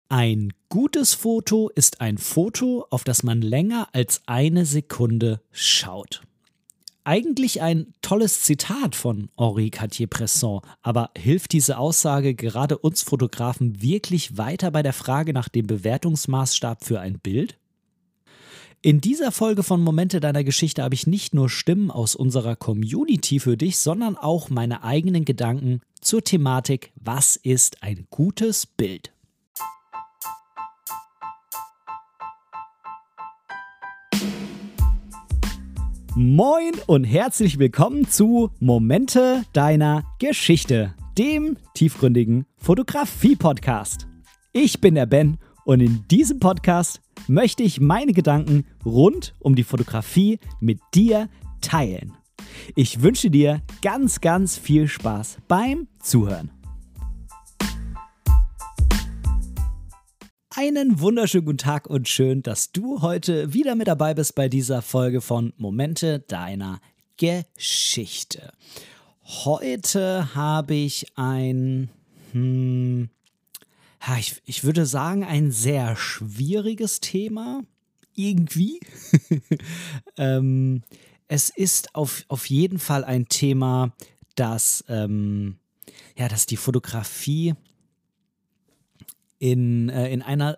Ein gutes Foto ist ein Foto, auf das man länger als eine Sekunde schaut. Eigentlich ein tolles Zitat von Henri Cartier-Bresson, aber hilft diese Aussage gerade uns Fotografen wirklich weiter bei der Frage nach dem Bewertungsmaßstab für ein Bild? In dieser Folge von Momente deiner Geschichte habe ich nicht nur Stimmen aus unserer Community für dich, sondern auch meine eigenen Gedanken zur Thematik: Was ist ein gutes Bild? Moin und herzlich willkommen zu Momente deiner Geschichte, dem tiefgründigen Fotografie-Podcast. Ich bin der Ben und in diesem Podcast möchte ich meine Gedanken rund um die Fotografie mit dir teilen. Ich wünsche dir ganz, ganz viel Spaß beim Zuhören. Einen wunderschönen guten Tag und schön, dass du heute wieder mit dabei bist bei dieser Folge von Momente deiner Geschichte. Heute habe ich ich würde sagen, ein sehr schwieriges Thema, irgendwie. Es ist auf jeden Fall ein Thema, dass die Fotografie in einer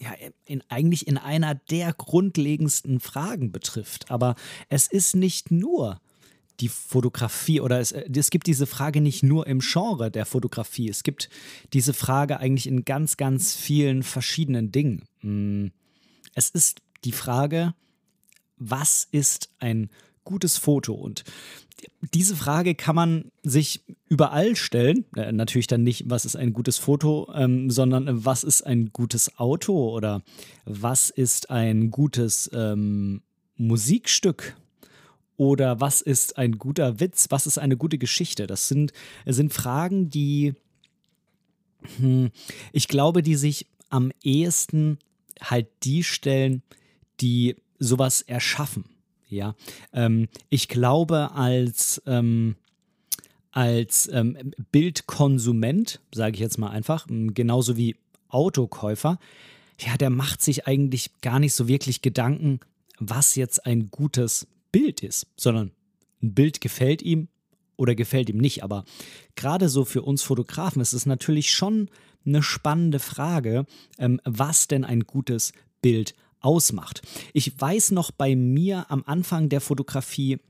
der grundlegendsten Fragen betrifft. Aber es ist nicht nur die Fotografie oder es gibt diese Frage nicht nur im Genre der Fotografie. Es gibt diese Frage eigentlich in ganz, ganz vielen verschiedenen Dingen. Es ist die Frage, was ist ein gutes Foto? Und diese Frage kann man sich überall stellen. Natürlich dann nicht, was ist ein gutes Foto, sondern was ist ein gutes Auto oder was ist ein gutes Musikstück oder was ist ein guter Witz, was ist eine gute Geschichte. Das sind Fragen, die ich glaube, die sich am ehesten halt die stellen, die sowas erschaffen. Ja, ich glaube, als Bildkonsument, sage ich jetzt mal einfach, genauso wie Autokäufer, ja, der macht sich eigentlich gar nicht so wirklich Gedanken, was jetzt ein gutes Bild ist, sondern ein Bild gefällt ihm oder gefällt ihm nicht. Aber gerade so für uns Fotografen ist es natürlich schon eine spannende Frage, was denn ein gutes Bild ausmacht. Ich weiß noch bei mir am Anfang der Fotografie,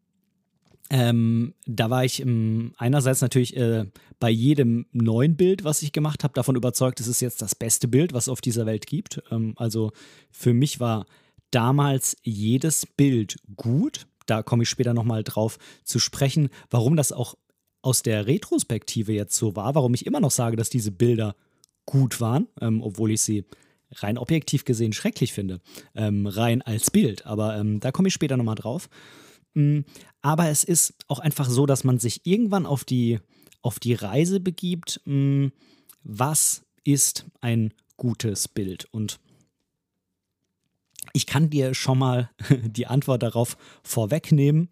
da war ich einerseits natürlich bei jedem neuen Bild, was ich gemacht habe, davon überzeugt, es ist jetzt das beste Bild, was es auf dieser Welt gibt. Also für mich war damals jedes Bild gut. Da komme ich später nochmal drauf zu sprechen, warum das auch aus der Retrospektive jetzt so war, warum ich immer noch sage, dass diese Bilder gut waren, obwohl ich sie rein objektiv gesehen schrecklich finde, rein als Bild. Aber da komme ich später nochmal drauf. Aber es ist auch einfach so, dass man sich irgendwann auf die Reise begibt, was ist ein gutes Bild? Und ich kann dir schon mal die Antwort darauf vorwegnehmen.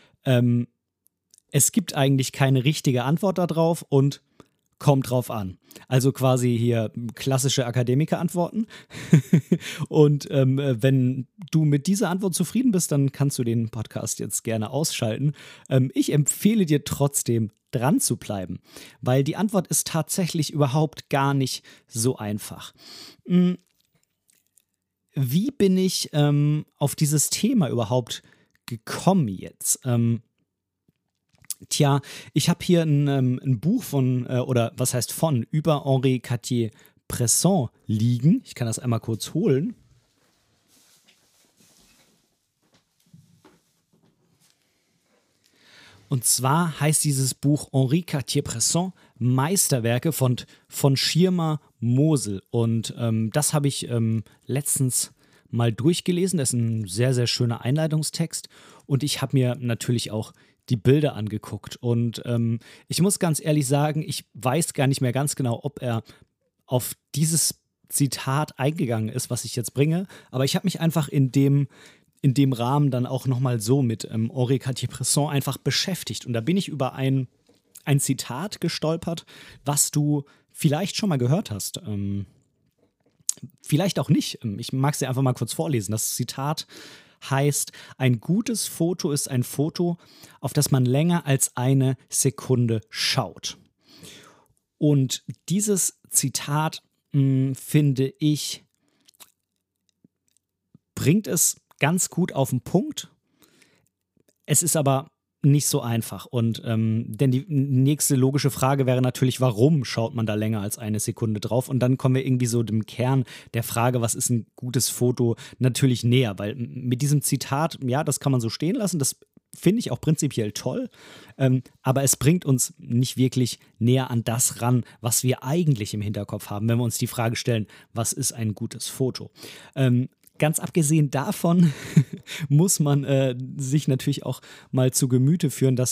Es gibt eigentlich keine richtige Antwort darauf und kommt drauf an. Also quasi hier klassische Akademiker-Antworten. Und wenn du mit dieser Antwort zufrieden bist, dann kannst du den Podcast jetzt gerne ausschalten. Ich empfehle dir trotzdem, dran zu bleiben, weil die Antwort ist tatsächlich überhaupt gar nicht so einfach. Wie bin ich auf dieses Thema überhaupt gekommen jetzt? Ich habe hier ein Buch über Henri Cartier-Bresson liegen. Ich kann das einmal kurz holen. Und zwar heißt dieses Buch Henri Cartier-Bresson Meisterwerke von Schirmer Mosel. Und das habe ich letztens mal durchgelesen. Das ist ein sehr, sehr schöner Einleitungstext. Und ich habe mir natürlich auch die Bilder angeguckt. Und ich muss ganz ehrlich sagen, ich weiß gar nicht mehr ganz genau, ob er auf dieses Zitat eingegangen ist, was ich jetzt bringe. Aber ich habe mich einfach in dem Rahmen dann auch nochmal so mit Henri Cartier-Bresson einfach beschäftigt. Und da bin ich über ein Zitat gestolpert, was du vielleicht schon mal gehört hast. Vielleicht auch nicht. Ich mag es dir einfach mal kurz vorlesen. Das Zitat heißt: Ein gutes Foto ist ein Foto, auf das man länger als eine Sekunde schaut. Und dieses Zitat, finde ich, bringt es ganz gut auf den Punkt. Es ist aber nicht so einfach. Und denn die nächste logische Frage wäre natürlich, warum schaut man da länger als eine Sekunde drauf? Und dann kommen wir irgendwie so dem Kern der Frage, was ist ein gutes Foto, natürlich näher. Weil mit diesem Zitat, ja, das kann man so stehen lassen, das finde ich auch prinzipiell toll, aber es bringt uns nicht wirklich näher an das ran, was wir eigentlich im Hinterkopf haben, wenn wir uns die Frage stellen, was ist ein gutes Foto? Ganz abgesehen davon muss man sich natürlich auch mal zu Gemüte führen, dass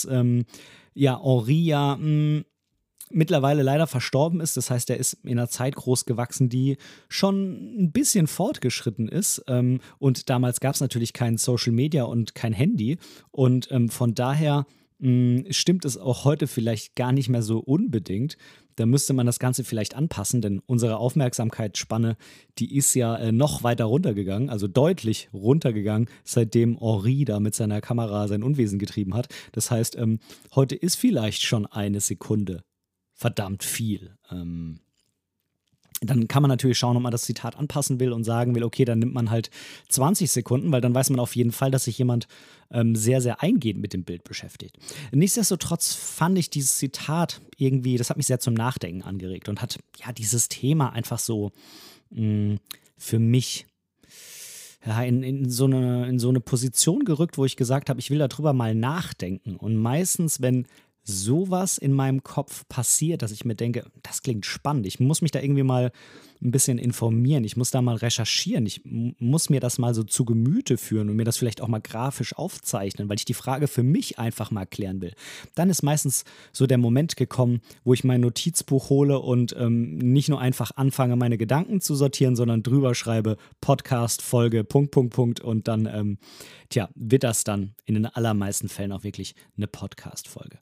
Henri mittlerweile leider verstorben ist. Das heißt, er ist in einer Zeit groß gewachsen, die schon ein bisschen fortgeschritten ist. Und damals gab es natürlich kein Social Media und kein Handy. Und von daher stimmt es auch heute vielleicht gar nicht mehr so unbedingt. Da müsste man das Ganze vielleicht anpassen, denn unsere Aufmerksamkeitsspanne, die ist ja noch weiter runtergegangen, also deutlich runtergegangen, seitdem Henri da mit seiner Kamera sein Unwesen getrieben hat. Das heißt, heute ist vielleicht schon eine Sekunde verdammt viel. Dann kann man natürlich schauen, ob man das Zitat anpassen will und sagen will, okay, dann nimmt man halt 20 Sekunden, weil dann weiß man auf jeden Fall, dass sich jemand sehr, sehr eingehend mit dem Bild beschäftigt. Nichtsdestotrotz fand ich dieses Zitat irgendwie, das hat mich sehr zum Nachdenken angeregt und hat ja dieses Thema einfach so für mich ja, in so eine Position gerückt, wo ich gesagt habe, ich will darüber mal nachdenken. Und meistens, wenn sowas in meinem Kopf passiert, dass ich mir denke, das klingt spannend, ich muss mich da irgendwie mal ein bisschen informieren, ich muss da mal recherchieren, ich muss mir das mal so zu Gemüte führen und mir das vielleicht auch mal grafisch aufzeichnen, weil ich die Frage für mich einfach mal klären will. Dann ist meistens so der Moment gekommen, wo ich mein Notizbuch hole und nicht nur einfach anfange, meine Gedanken zu sortieren, sondern drüber schreibe, Podcast, Folge, Punkt, Punkt, Punkt und dann, wird das dann in den allermeisten Fällen auch wirklich eine Podcast-Folge.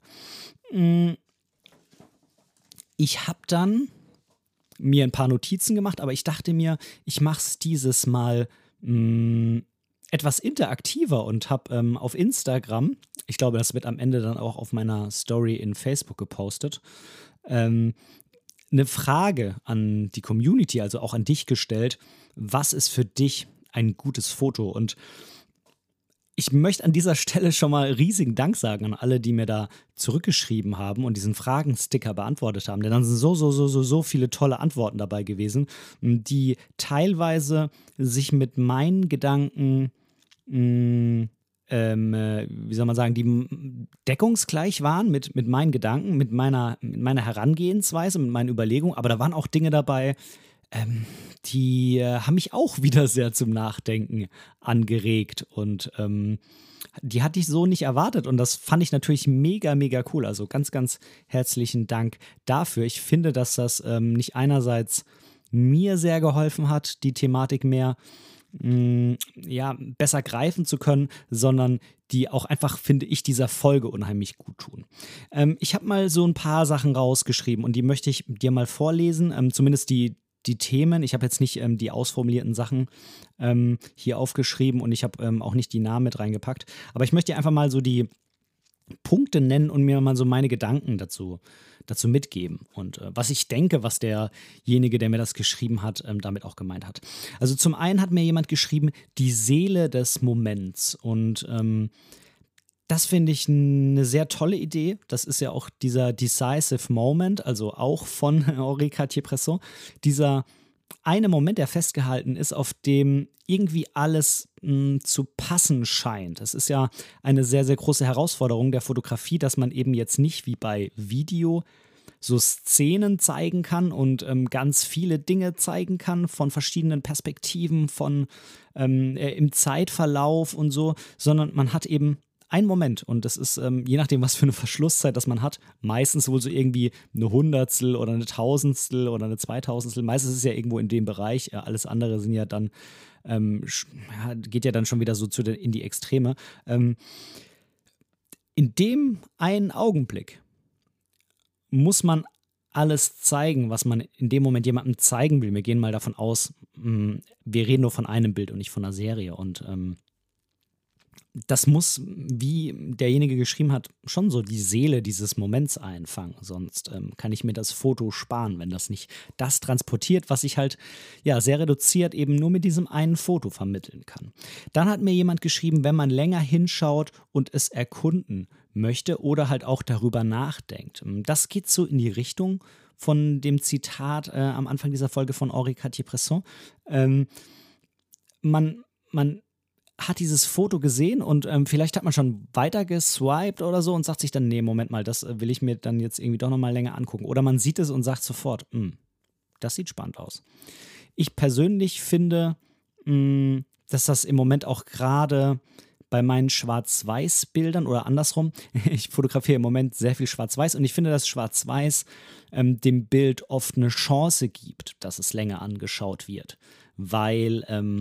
Ich habe dann mir ein paar Notizen gemacht, aber ich dachte mir, ich mache es dieses Mal etwas interaktiver und habe auf Instagram, ich glaube, das wird am Ende dann auch auf meiner Story in Facebook gepostet, eine Frage an die Community, also auch an dich gestellt, was ist für dich ein gutes Foto? Und ich möchte an dieser Stelle schon mal riesigen Dank sagen an alle, die mir da zurückgeschrieben haben und diesen Fragensticker beantwortet haben. Denn dann sind so viele tolle Antworten dabei gewesen, die teilweise sich mit meinen Gedanken, wie soll man sagen, die deckungsgleich waren mit meinen Gedanken, mit meiner Herangehensweise, mit meinen Überlegungen. Aber da waren auch Dinge dabei, die haben mich auch wieder sehr zum Nachdenken angeregt und die hatte ich so nicht erwartet und das fand ich natürlich mega, mega cool. Also ganz, ganz herzlichen Dank dafür. Ich finde, dass das nicht einerseits mir sehr geholfen hat, die Thematik mehr besser greifen zu können, sondern die auch einfach, finde ich, dieser Folge unheimlich gut tun. Ich habe mal so ein paar Sachen rausgeschrieben und die möchte ich dir mal vorlesen, zumindest die Themen. Ich habe jetzt nicht die ausformulierten Sachen hier aufgeschrieben und ich habe auch nicht die Namen mit reingepackt. Aber ich möchte dir einfach mal so die Punkte nennen und mir mal so meine Gedanken dazu mitgeben und was ich denke, was derjenige, der mir das geschrieben hat, damit auch gemeint hat. Also zum einen hat mir jemand geschrieben, die Seele des Moments und das finde ich eine sehr tolle Idee. Das ist ja auch dieser Decisive Moment, also auch von Henri Cartier-Bresson. Dieser eine Moment, der festgehalten ist, auf dem irgendwie alles zu passen scheint. Es ist ja eine sehr, sehr große Herausforderung der Fotografie, dass man eben jetzt nicht wie bei Video so Szenen zeigen kann und ganz viele Dinge zeigen kann von verschiedenen Perspektiven, von im Zeitverlauf und so, sondern man hat eben ein Moment und das ist, je nachdem, was für eine Verschlusszeit das man hat, meistens wohl so irgendwie eine Hundertstel oder eine Tausendstel oder eine Zweitausendstel. Meistens ist es ja irgendwo in dem Bereich. Alles andere sind ja dann, geht ja dann schon wieder so in die Extreme. In dem einen Augenblick muss man alles zeigen, was man in dem Moment jemandem zeigen will. Wir gehen mal davon aus, wir reden nur von einem Bild und nicht von einer Serie. Und das muss, wie derjenige geschrieben hat, schon so die Seele dieses Moments einfangen. Sonst kann ich mir das Foto sparen, wenn das nicht das transportiert, was ich halt ja sehr reduziert eben nur mit diesem einen Foto vermitteln kann. Dann hat mir jemand geschrieben, wenn man länger hinschaut und es erkunden möchte oder halt auch darüber nachdenkt. Das geht so in die Richtung von dem Zitat am Anfang dieser Folge von Henri Cartier-Bresson. Man hat dieses Foto gesehen und vielleicht hat man schon weiter geswiped oder so und sagt sich dann, nee, Moment mal, das will ich mir dann jetzt irgendwie doch nochmal länger angucken. Oder man sieht es und sagt sofort, das sieht spannend aus. Ich persönlich finde, dass das im Moment auch gerade bei meinen Schwarz-Weiß-Bildern oder andersrum, ich fotografiere im Moment sehr viel Schwarz-Weiß und ich finde, dass Schwarz-Weiß dem Bild oft eine Chance gibt, dass es länger angeschaut wird, weil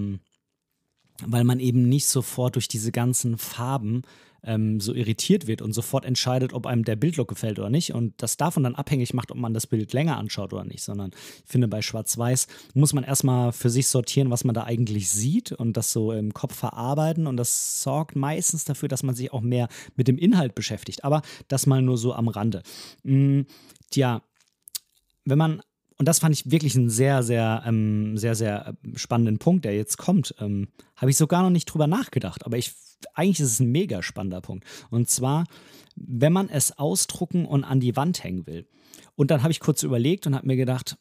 man eben nicht sofort durch diese ganzen Farben so irritiert wird und sofort entscheidet, ob einem der Bildlook gefällt oder nicht und das davon dann abhängig macht, ob man das Bild länger anschaut oder nicht, sondern ich finde, bei Schwarz-Weiß muss man erstmal für sich sortieren, was man da eigentlich sieht und das so im Kopf verarbeiten und das sorgt meistens dafür, dass man sich auch mehr mit dem Inhalt beschäftigt, aber das mal nur so am Rande. Tja, wenn man und das fand ich wirklich einen sehr, sehr spannenden Punkt, der jetzt kommt. Habe ich sogar noch nicht drüber nachgedacht, aber eigentlich ist es ein mega spannender Punkt. Und zwar, wenn man es ausdrucken und an die Wand hängen will. Und dann habe ich kurz überlegt und habe mir gedacht,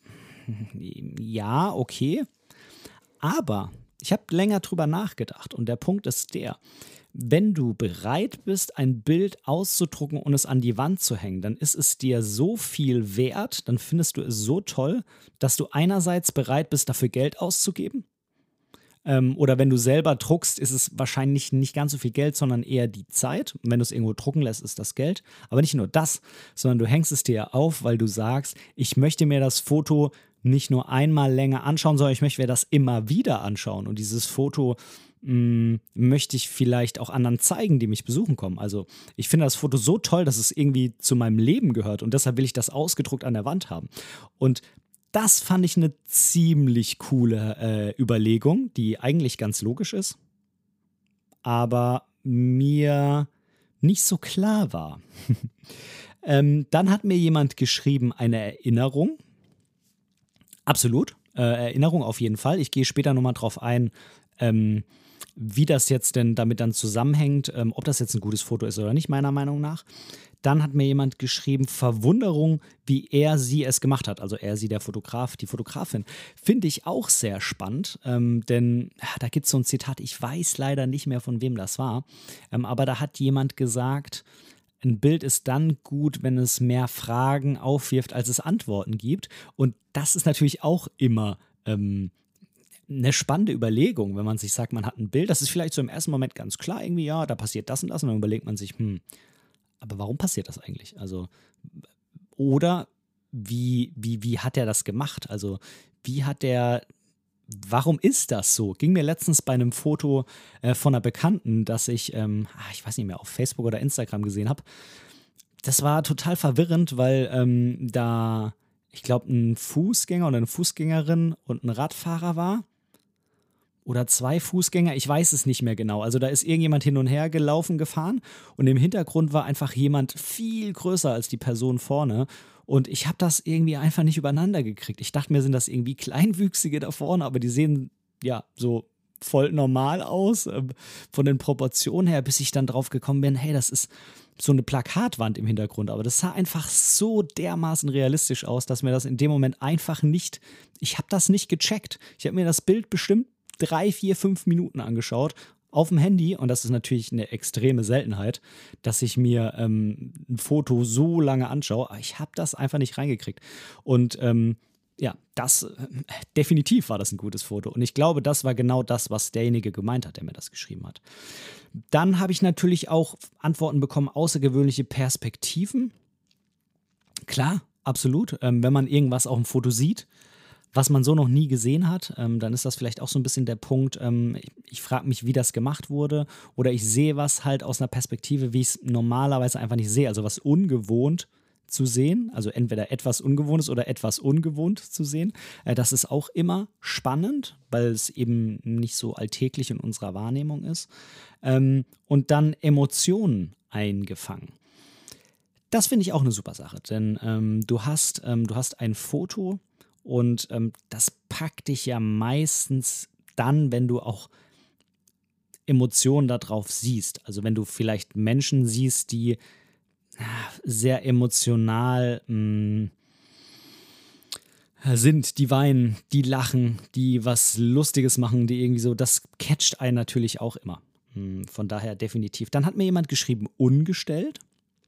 ja, okay. Aber ich habe länger drüber nachgedacht und der Punkt ist der, wenn du bereit bist, ein Bild auszudrucken und es an die Wand zu hängen, dann ist es dir so viel wert, dann findest du es so toll, dass du einerseits bereit bist, dafür Geld auszugeben. Oder wenn du selber druckst, ist es wahrscheinlich nicht ganz so viel Geld, sondern eher die Zeit. Und wenn du es irgendwo drucken lässt, ist das Geld. Aber nicht nur das, sondern du hängst es dir auf, weil du sagst, ich möchte mir das Foto nicht nur einmal länger anschauen, sondern ich möchte mir das immer wieder anschauen. Und dieses Foto möchte ich vielleicht auch anderen zeigen, die mich besuchen kommen. Also ich finde das Foto so toll, dass es irgendwie zu meinem Leben gehört und deshalb will ich das ausgedruckt an der Wand haben. Und das fand ich eine ziemlich coole Überlegung, die eigentlich ganz logisch ist, aber mir nicht so klar war. Dann hat mir jemand geschrieben, eine Erinnerung. Absolut, Erinnerung auf jeden Fall. Ich gehe später nochmal drauf ein, wie das jetzt denn damit dann zusammenhängt, ob das jetzt ein gutes Foto ist oder nicht, meiner Meinung nach. Dann hat mir jemand geschrieben, Verwunderung, wie sie es gemacht hat. Also sie, der Fotograf, die Fotografin. Finde ich auch sehr spannend, denn da gibt es so ein Zitat, ich weiß leider nicht mehr, von wem das war, aber da hat jemand gesagt, ein Bild ist dann gut, wenn es mehr Fragen aufwirft, als es Antworten gibt. Und das ist natürlich auch immer eine spannende Überlegung, wenn man sich sagt, man hat ein Bild, das ist vielleicht so im ersten Moment ganz klar irgendwie, ja, da passiert das und das und dann überlegt man sich, aber warum passiert das eigentlich? Also, oder wie hat er das gemacht? Also, warum ist das so? Ging mir letztens bei einem Foto von einer Bekannten, das ich weiß nicht mehr, auf Facebook oder Instagram gesehen habe. Das war total verwirrend, weil da, ich glaube, ein Fußgänger oder eine Fußgängerin und ein Radfahrer war. Oder 2 Fußgänger, ich weiß es nicht mehr genau. Also da ist irgendjemand hin und her gelaufen, gefahren und im Hintergrund war einfach jemand viel größer als die Person vorne und ich habe das irgendwie einfach nicht übereinander gekriegt. Ich dachte mir, sind das irgendwie Kleinwüchsige da vorne, aber die sehen ja so voll normal aus von den Proportionen her, bis ich dann drauf gekommen bin, hey, das ist so eine Plakatwand im Hintergrund, aber das sah einfach so dermaßen realistisch aus, dass mir das in dem Moment einfach nicht, ich habe das nicht gecheckt. Ich habe mir das Bild bestimmt 3, 4, 5 Minuten angeschaut auf dem Handy und das ist natürlich eine extreme Seltenheit, dass ich mir ein Foto so lange anschaue. Aber ich habe das einfach nicht reingekriegt. Und definitiv war das ein gutes Foto. Und ich glaube, das war genau das, was derjenige gemeint hat, der mir das geschrieben hat. Dann habe ich natürlich auch Antworten bekommen, außergewöhnliche Perspektiven. Klar, absolut. Wenn man irgendwas auf dem Foto sieht, was man so noch nie gesehen hat, dann ist das vielleicht auch so ein bisschen der Punkt, ich frage mich, wie das gemacht wurde oder ich sehe was halt aus einer Perspektive, wie ich es normalerweise einfach nicht sehe, also was ungewohnt zu sehen, also entweder etwas Ungewohntes oder etwas ungewohnt zu sehen. Das ist auch immer spannend, weil es eben nicht so alltäglich in unserer Wahrnehmung ist. Und dann Emotionen eingefangen. Das finde ich auch eine super Sache, denn du hast ein Foto und das packt dich ja meistens dann, wenn du auch Emotionen darauf siehst. Also wenn du vielleicht Menschen siehst, die sehr emotional sind, die weinen, die lachen, die was Lustiges machen, die irgendwie so, das catcht einen natürlich auch immer. Von daher definitiv. Dann hat mir jemand geschrieben, ungestellt.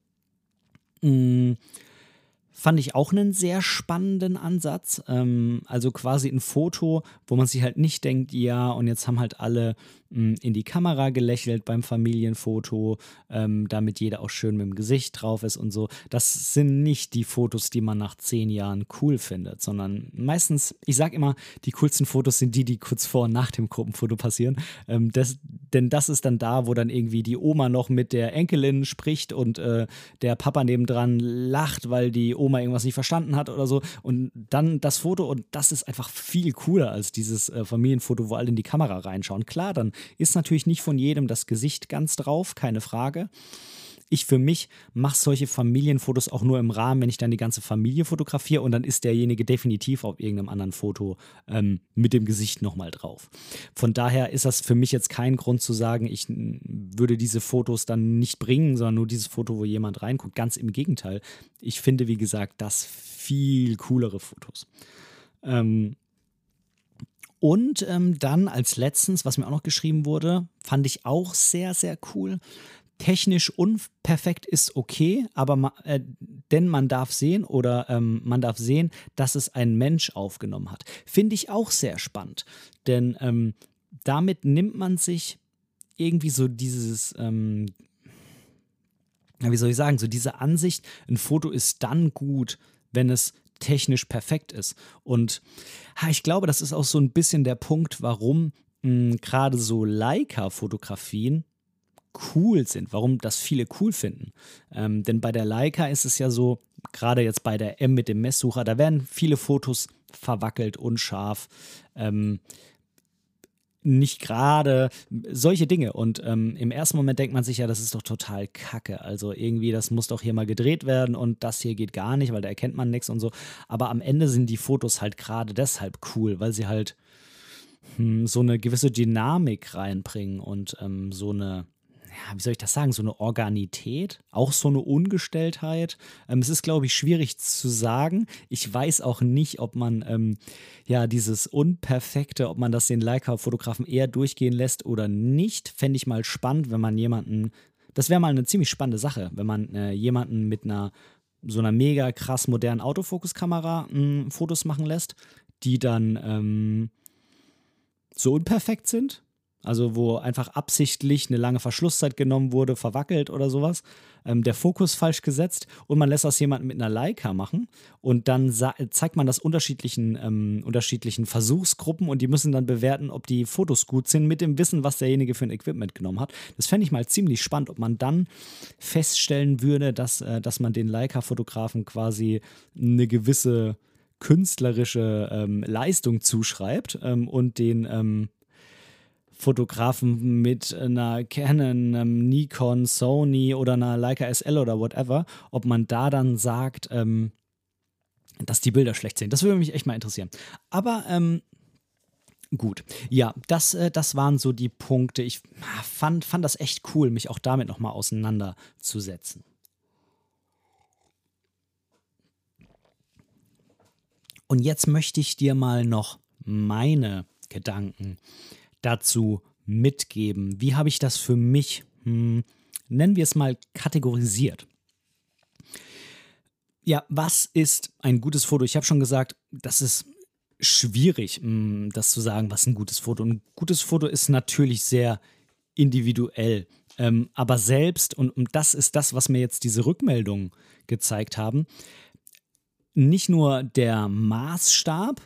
Fand ich auch einen sehr spannenden Ansatz. Also quasi ein Foto, wo man sich halt nicht denkt, ja, und jetzt haben halt alle in die Kamera gelächelt beim Familienfoto, damit jeder auch schön mit dem Gesicht drauf ist und so. Das sind nicht die Fotos, die man nach 10 Jahren cool findet, sondern meistens, ich sag immer, die coolsten Fotos sind die, die kurz vor und nach dem Gruppenfoto passieren. Denn das ist dann da, wo dann irgendwie die Oma noch mit der Enkelin spricht und der Papa nebendran lacht, weil die Oma irgendwas nicht verstanden hat oder so. Und dann das Foto, und das ist einfach viel cooler als dieses Familienfoto, wo alle in die Kamera reinschauen. Klar, dann ist natürlich nicht von jedem das Gesicht ganz drauf, keine Frage. Ich für mich mache solche Familienfotos auch nur im Rahmen, wenn ich dann die ganze Familie fotografiere, und dann ist derjenige definitiv auf irgendeinem anderen Foto mit dem Gesicht nochmal drauf. Von daher ist das für mich jetzt kein Grund zu sagen, ich würde diese Fotos dann nicht bringen, sondern nur dieses Foto, wo jemand reinguckt. Ganz im Gegenteil. Ich finde, wie gesagt, das viel coolere Fotos. Und dann als letztens, was mir auch noch geschrieben wurde, fand ich auch sehr, sehr cool. Technisch unperfekt ist okay, aber denn man darf sehen man darf sehen, dass es ein Mensch aufgenommen hat. Finde ich auch sehr spannend, denn damit nimmt man sich irgendwie so dieses, wie soll ich sagen, so diese Ansicht, ein Foto ist dann gut, wenn es technisch perfekt ist. Und ich glaube, das ist auch so ein bisschen der Punkt, warum gerade so Leica-Fotografien cool sind, warum das viele cool finden. Denn bei der Leica ist es ja so, gerade jetzt bei der M mit dem Messsucher, da werden viele Fotos verwackelt, unscharf, nicht gerade, solche Dinge. Und im ersten Moment denkt man sich ja, das ist doch total kacke. Also irgendwie, das muss doch hier mal gedreht werden und das hier geht gar nicht, weil da erkennt man nichts und so. Aber am Ende sind die Fotos halt gerade deshalb cool, weil sie halt so eine gewisse Dynamik reinbringen und so eine, ja, wie soll ich das sagen, so eine Organität, auch so eine Ungestelltheit. Es ist, glaube ich, schwierig zu sagen. Ich weiß auch nicht, ob man ja dieses Unperfekte, ob man das den Leica-Fotografen eher durchgehen lässt oder nicht. Fände ich mal spannend, wenn man jemanden, das wäre mal eine ziemlich spannende Sache, wenn man jemanden mit so einer mega krass modernen Autofokuskamera Fotos machen lässt, die dann so unperfekt sind. Also wo einfach absichtlich eine lange Verschlusszeit genommen wurde, verwackelt oder sowas, der Fokus falsch gesetzt, und man lässt das jemanden mit einer Leica machen und dann zeigt man das unterschiedlichen Versuchsgruppen, und die müssen dann bewerten, ob die Fotos gut sind, mit dem Wissen, was derjenige für ein Equipment genommen hat. Das fände ich mal ziemlich spannend, ob man dann feststellen würde, dass man den Leica-Fotografen quasi eine gewisse künstlerische Leistung zuschreibt und den Fotografen mit einer Canon, Nikon, Sony oder einer Leica SL oder whatever, ob man da dann sagt, dass die Bilder schlecht sind. Das würde mich echt mal interessieren. Aber gut, ja, das waren so die Punkte. Ich fand das echt cool, mich auch damit nochmal auseinanderzusetzen. Und jetzt möchte ich dir mal noch meine Gedanken dazu mitgeben. Wie habe ich das für mich, nennen wir es mal, kategorisiert? Ja, was ist ein gutes Foto? Ich habe schon gesagt, das ist schwierig, das zu sagen, was ein gutes Foto ist. Ein gutes Foto ist natürlich sehr individuell. Aber selbst, und das ist das, was mir jetzt diese Rückmeldungen gezeigt haben, nicht nur der Maßstab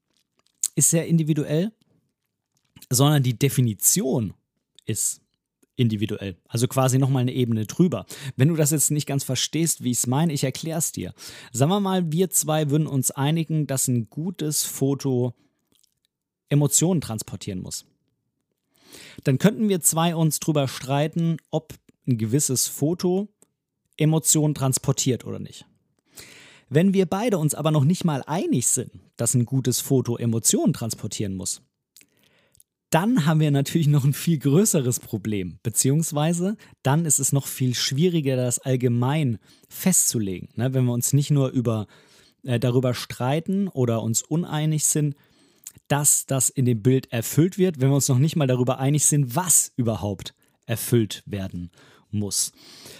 ist sehr individuell, sondern die Definition ist individuell. Also quasi nochmal eine Ebene drüber. Wenn du das jetzt nicht ganz verstehst, wie ich es meine, ich erkläre es dir. Sagen wir mal, wir zwei würden uns einigen, dass ein gutes Foto Emotionen transportieren muss. Dann könnten wir zwei uns drüber streiten, ob ein gewisses Foto Emotionen transportiert oder nicht. Wenn wir beide uns aber noch nicht mal einig sind, dass ein gutes Foto Emotionen transportieren muss, dann haben wir natürlich noch ein viel größeres Problem, beziehungsweise dann ist es noch viel schwieriger, das allgemein festzulegen. Ne? Wenn wir uns nicht nur darüber streiten oder uns uneinig sind, dass das in dem Bild erfüllt wird, wenn wir uns noch nicht mal darüber einig sind, was überhaupt erfüllt werden muss.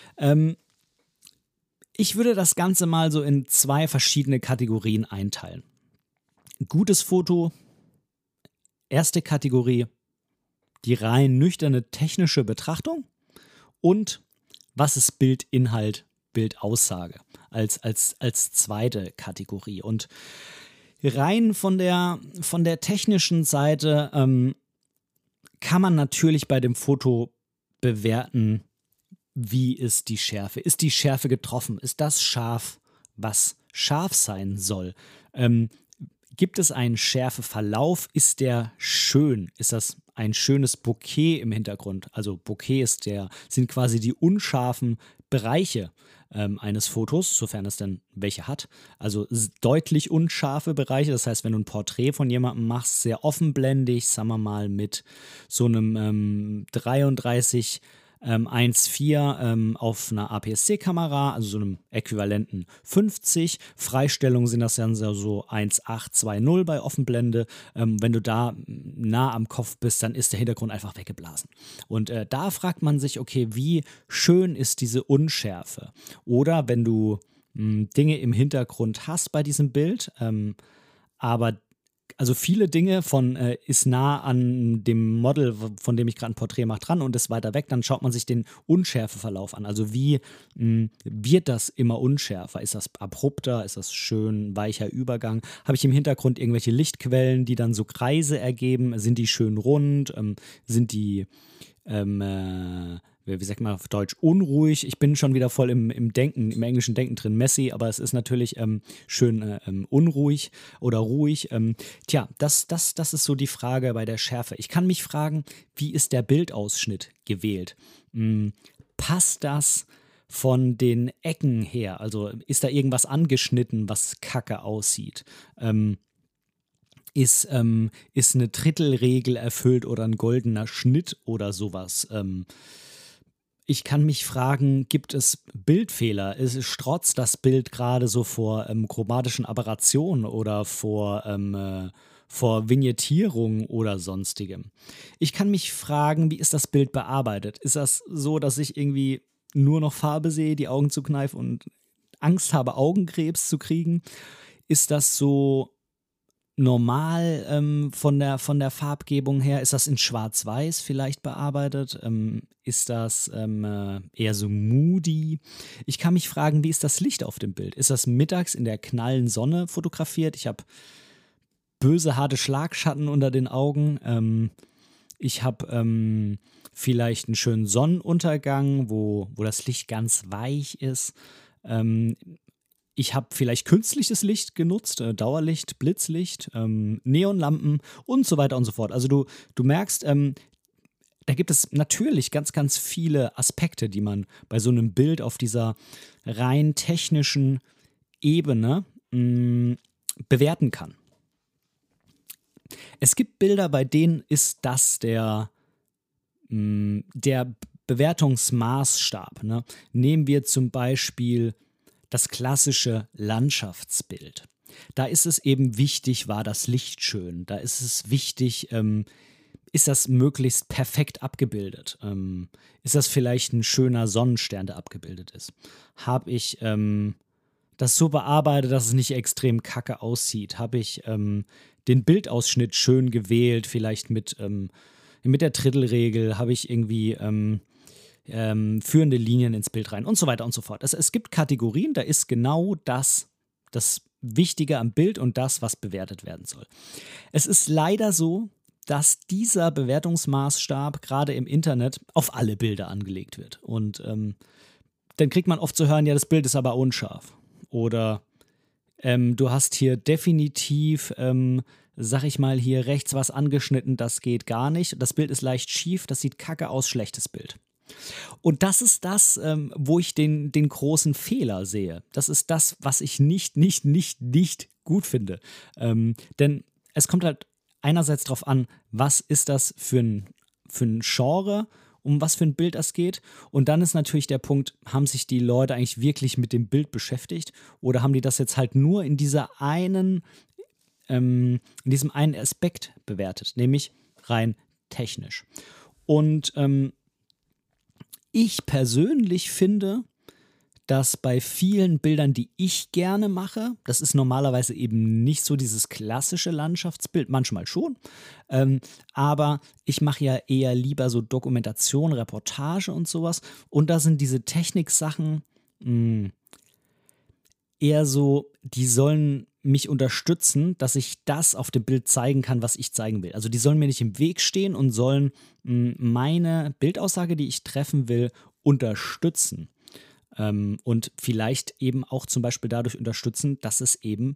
Ich würde das Ganze mal so in zwei verschiedene Kategorien einteilen. Gutes Foto, erste Kategorie, die rein nüchterne technische Betrachtung und was ist Bildinhalt, Bildaussage als zweite Kategorie. Und rein von der technischen Seite kann man natürlich bei dem Foto bewerten, wie ist die Schärfe? Ist die Schärfe getroffen? Ist das scharf, was scharf sein soll? Gibt es einen Schärfeverlauf? Ist der schön? Ist das ein schönes Bokeh im Hintergrund? Also Bokeh sind quasi die unscharfen Bereiche eines Fotos, sofern es denn welche hat. Also deutlich unscharfe Bereiche. Das heißt, wenn du ein Porträt von jemandem machst, sehr offenblendig, sagen wir mal mit so einem 33 1.4 auf einer APS-C-Kamera, also so einem äquivalenten 50. Freistellungen sind das dann so 1.820 bei Offenblende. Wenn du da nah am Kopf bist, dann ist der Hintergrund einfach weggeblasen. Und da fragt man sich, okay, wie schön ist diese Unschärfe? Oder wenn du Dinge im Hintergrund hast bei diesem Bild, aber also viele Dinge ist nah an dem Model, von dem ich gerade ein Porträt mache, dran und ist weiter weg, dann schaut man sich den Unschärfeverlauf an. Also wie wird das immer unschärfer? Ist das abrupter? Ist das schön weicher Übergang? Habe ich im Hintergrund irgendwelche Lichtquellen, die dann so Kreise ergeben? Sind die schön rund? Sind die wie sagt man auf Deutsch, unruhig. Ich bin schon wieder voll im Denken, im englischen Denken drin, messy, aber es ist natürlich schön unruhig oder ruhig. Das ist so die Frage bei der Schärfe. Ich kann mich fragen, wie ist der Bildausschnitt gewählt? Passt das von den Ecken her? Also ist da irgendwas angeschnitten, was kacke aussieht? Ist eine Drittelregel erfüllt oder ein goldener Schnitt oder sowas? Ich kann mich fragen, gibt es Bildfehler? Strotzt das Bild gerade so vor chromatischen Aberrationen oder vor Vignettierung oder sonstigem? Ich kann mich fragen, wie ist das Bild bearbeitet? Ist das so, dass ich irgendwie nur noch Farbe sehe, die Augen zukneife und Angst habe, Augenkrebs zu kriegen? Ist das so normal von der Farbgebung her? Ist das in Schwarz-Weiß vielleicht bearbeitet? Ist das eher so moody? Ich kann mich fragen, wie ist das Licht auf dem Bild? Ist das mittags in der knallen Sonne fotografiert? Ich habe böse, harte Schlagschatten unter den Augen. Ich habe vielleicht einen schönen Sonnenuntergang, wo das Licht ganz weich ist. Ich habe vielleicht künstliches Licht genutzt, Dauerlicht, Blitzlicht, Neonlampen und so weiter und so fort. Also du merkst, da gibt es natürlich ganz, ganz viele Aspekte, die man bei so einem Bild auf dieser rein technischen Ebene bewerten kann. Es gibt Bilder, bei denen ist das der Bewertungsmaßstab. Ne? Nehmen wir zum Beispiel das klassische Landschaftsbild. Da ist es eben wichtig, war das Licht schön. Da ist es wichtig, ist das möglichst perfekt abgebildet? Ist das vielleicht ein schöner Sonnenstern, der abgebildet ist? Habe ich das so bearbeitet, dass es nicht extrem kacke aussieht? Habe ich den Bildausschnitt schön gewählt, vielleicht mit der Drittelregel? Habe ich irgendwie führende Linien ins Bild rein und so weiter und so fort. Es gibt Kategorien, da ist genau das Wichtige am Bild und das, was bewertet werden soll. Es ist leider so, dass dieser Bewertungsmaßstab gerade im Internet auf alle Bilder angelegt wird. Und dann kriegt man oft zu hören, ja, das Bild ist aber unscharf. Oder du hast hier definitiv, sag ich mal, hier rechts was angeschnitten, das geht gar nicht. Das Bild ist leicht schief, das sieht kacke aus, schlechtes Bild. Und das ist das, wo ich den großen Fehler sehe. Das ist das, was ich nicht gut finde. Denn es kommt halt einerseits darauf an, was ist das für ein Genre, um was für ein Bild es geht. Und dann ist natürlich der Punkt, haben sich die Leute eigentlich wirklich mit dem Bild beschäftigt oder haben die das jetzt halt nur in diesem einen Aspekt bewertet, nämlich rein technisch. Und ich persönlich finde, dass bei vielen Bildern, die ich gerne mache, das ist normalerweise eben nicht so dieses klassische Landschaftsbild, manchmal schon, aber ich mache ja eher lieber so Dokumentation, Reportage und sowas, und da sind diese Techniksachen eher so, die sollen mich unterstützen, dass ich das auf dem Bild zeigen kann, was ich zeigen will. Also die sollen mir nicht im Weg stehen und sollen meine Bildaussage, die ich treffen will, unterstützen. Und vielleicht eben auch zum Beispiel dadurch unterstützen, dass es eben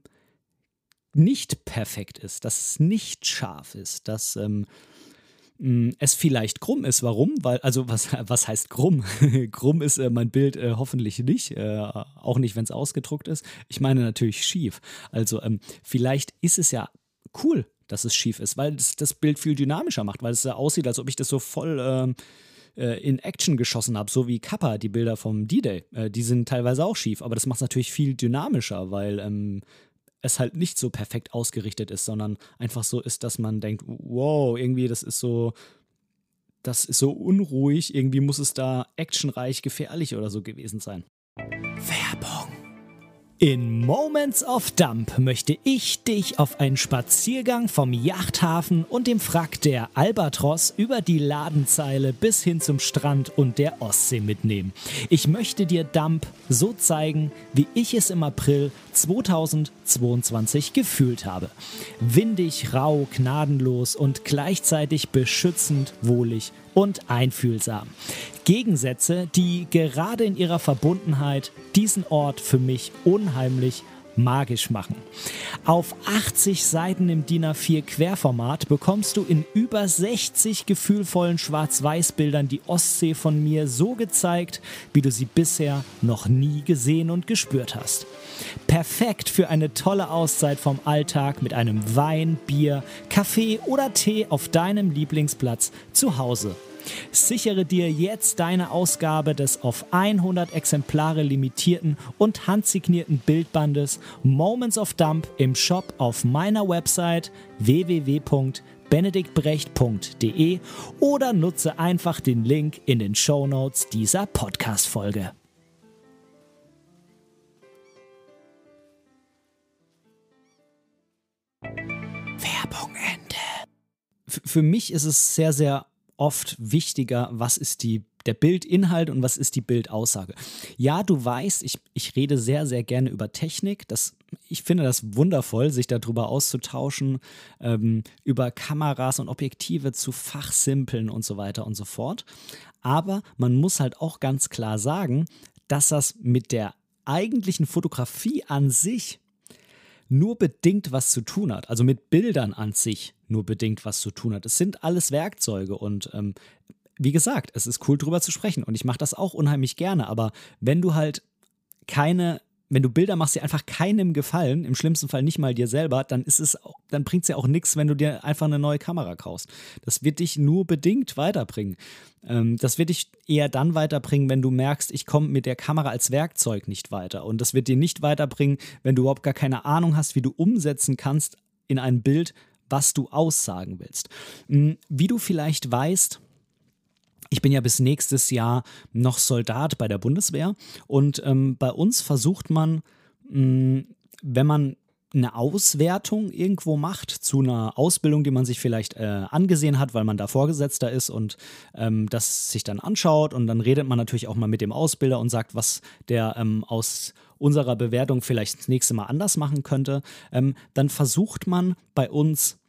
nicht perfekt ist, dass es nicht scharf ist, dass es vielleicht krumm ist. Warum? Weil, also was heißt krumm? Krumm ist mein Bild hoffentlich nicht, auch nicht, wenn es ausgedruckt ist. Ich meine natürlich schief. Also vielleicht ist es ja cool, dass es schief ist, weil das Bild viel dynamischer macht, weil es ja aussieht, als ob ich das so voll in Action geschossen habe, so wie Kappa, die Bilder vom D-Day. Die sind teilweise auch schief, aber das macht es natürlich viel dynamischer, weil es halt nicht so perfekt ausgerichtet ist, sondern einfach so ist, dass man denkt, wow, irgendwie das ist so unruhig, irgendwie muss es da actionreich, gefährlich oder so gewesen sein. Werbung. In Moments of Dump möchte ich dich auf einen Spaziergang vom Yachthafen und dem Wrack der Albatros über die Ladenzeile bis hin zum Strand und der Ostsee mitnehmen. Ich möchte dir Dump so zeigen, wie ich es im April 2022 gefühlt habe. Windig, rau, gnadenlos und gleichzeitig beschützend, wohlig und einfühlsam. Gegensätze, die gerade in ihrer Verbundenheit diesen Ort für mich unheimlich magisch machen. Auf 80 Seiten im DIN A4 Querformat bekommst du in über 60 gefühlvollen Schwarz-Weiß-Bildern die Ostsee von mir so gezeigt, wie du sie bisher noch nie gesehen und gespürt hast. Perfekt für eine tolle Auszeit vom Alltag mit einem Wein, Bier, Kaffee oder Tee auf deinem Lieblingsplatz zu Hause. Sichere dir jetzt deine Ausgabe des auf 100 Exemplare limitierten und handsignierten Bildbandes Moments of Dump im Shop auf meiner Website www.benediktbrecht.de oder nutze einfach den Link in den Shownotes dieser Podcast-Folge. Werbung Ende. Für mich ist es sehr, sehr oft wichtiger, was ist der Bildinhalt und was ist die Bildaussage. Ja, du weißt, ich rede sehr, sehr gerne über Technik. Ich finde das wundervoll, sich darüber auszutauschen, über Kameras und Objektive zu fachsimpeln und so weiter und so fort. Aber man muss halt auch ganz klar sagen, dass das mit der eigentlichen Fotografie an sich nur bedingt was zu tun hat, also mit Bildern an sich nur bedingt was zu tun hat. Es sind alles Werkzeuge und wie gesagt, es ist cool drüber zu sprechen und ich mache das auch unheimlich gerne, aber wenn du Bilder machst, die einfach keinem gefallen, im schlimmsten Fall nicht mal dir selber, dann bringt es ja auch nichts, wenn du dir einfach eine neue Kamera kaufst. Das wird dich nur bedingt weiterbringen. Das wird dich eher dann weiterbringen, wenn du merkst, ich komme mit der Kamera als Werkzeug nicht weiter. Und das wird dir nicht weiterbringen, wenn du überhaupt gar keine Ahnung hast, wie du umsetzen kannst in ein Bild, was du aussagen willst. Wie du vielleicht weißt, ich bin ja bis nächstes Jahr noch Soldat bei der Bundeswehr und bei uns versucht man, wenn man eine Auswertung irgendwo macht zu einer Ausbildung, die man sich vielleicht angesehen hat, weil man da Vorgesetzter ist und das sich dann anschaut und dann redet man natürlich auch mal mit dem Ausbilder und sagt, was der aus unserer Bewertung vielleicht das nächste Mal anders machen könnte, dann versucht man bei uns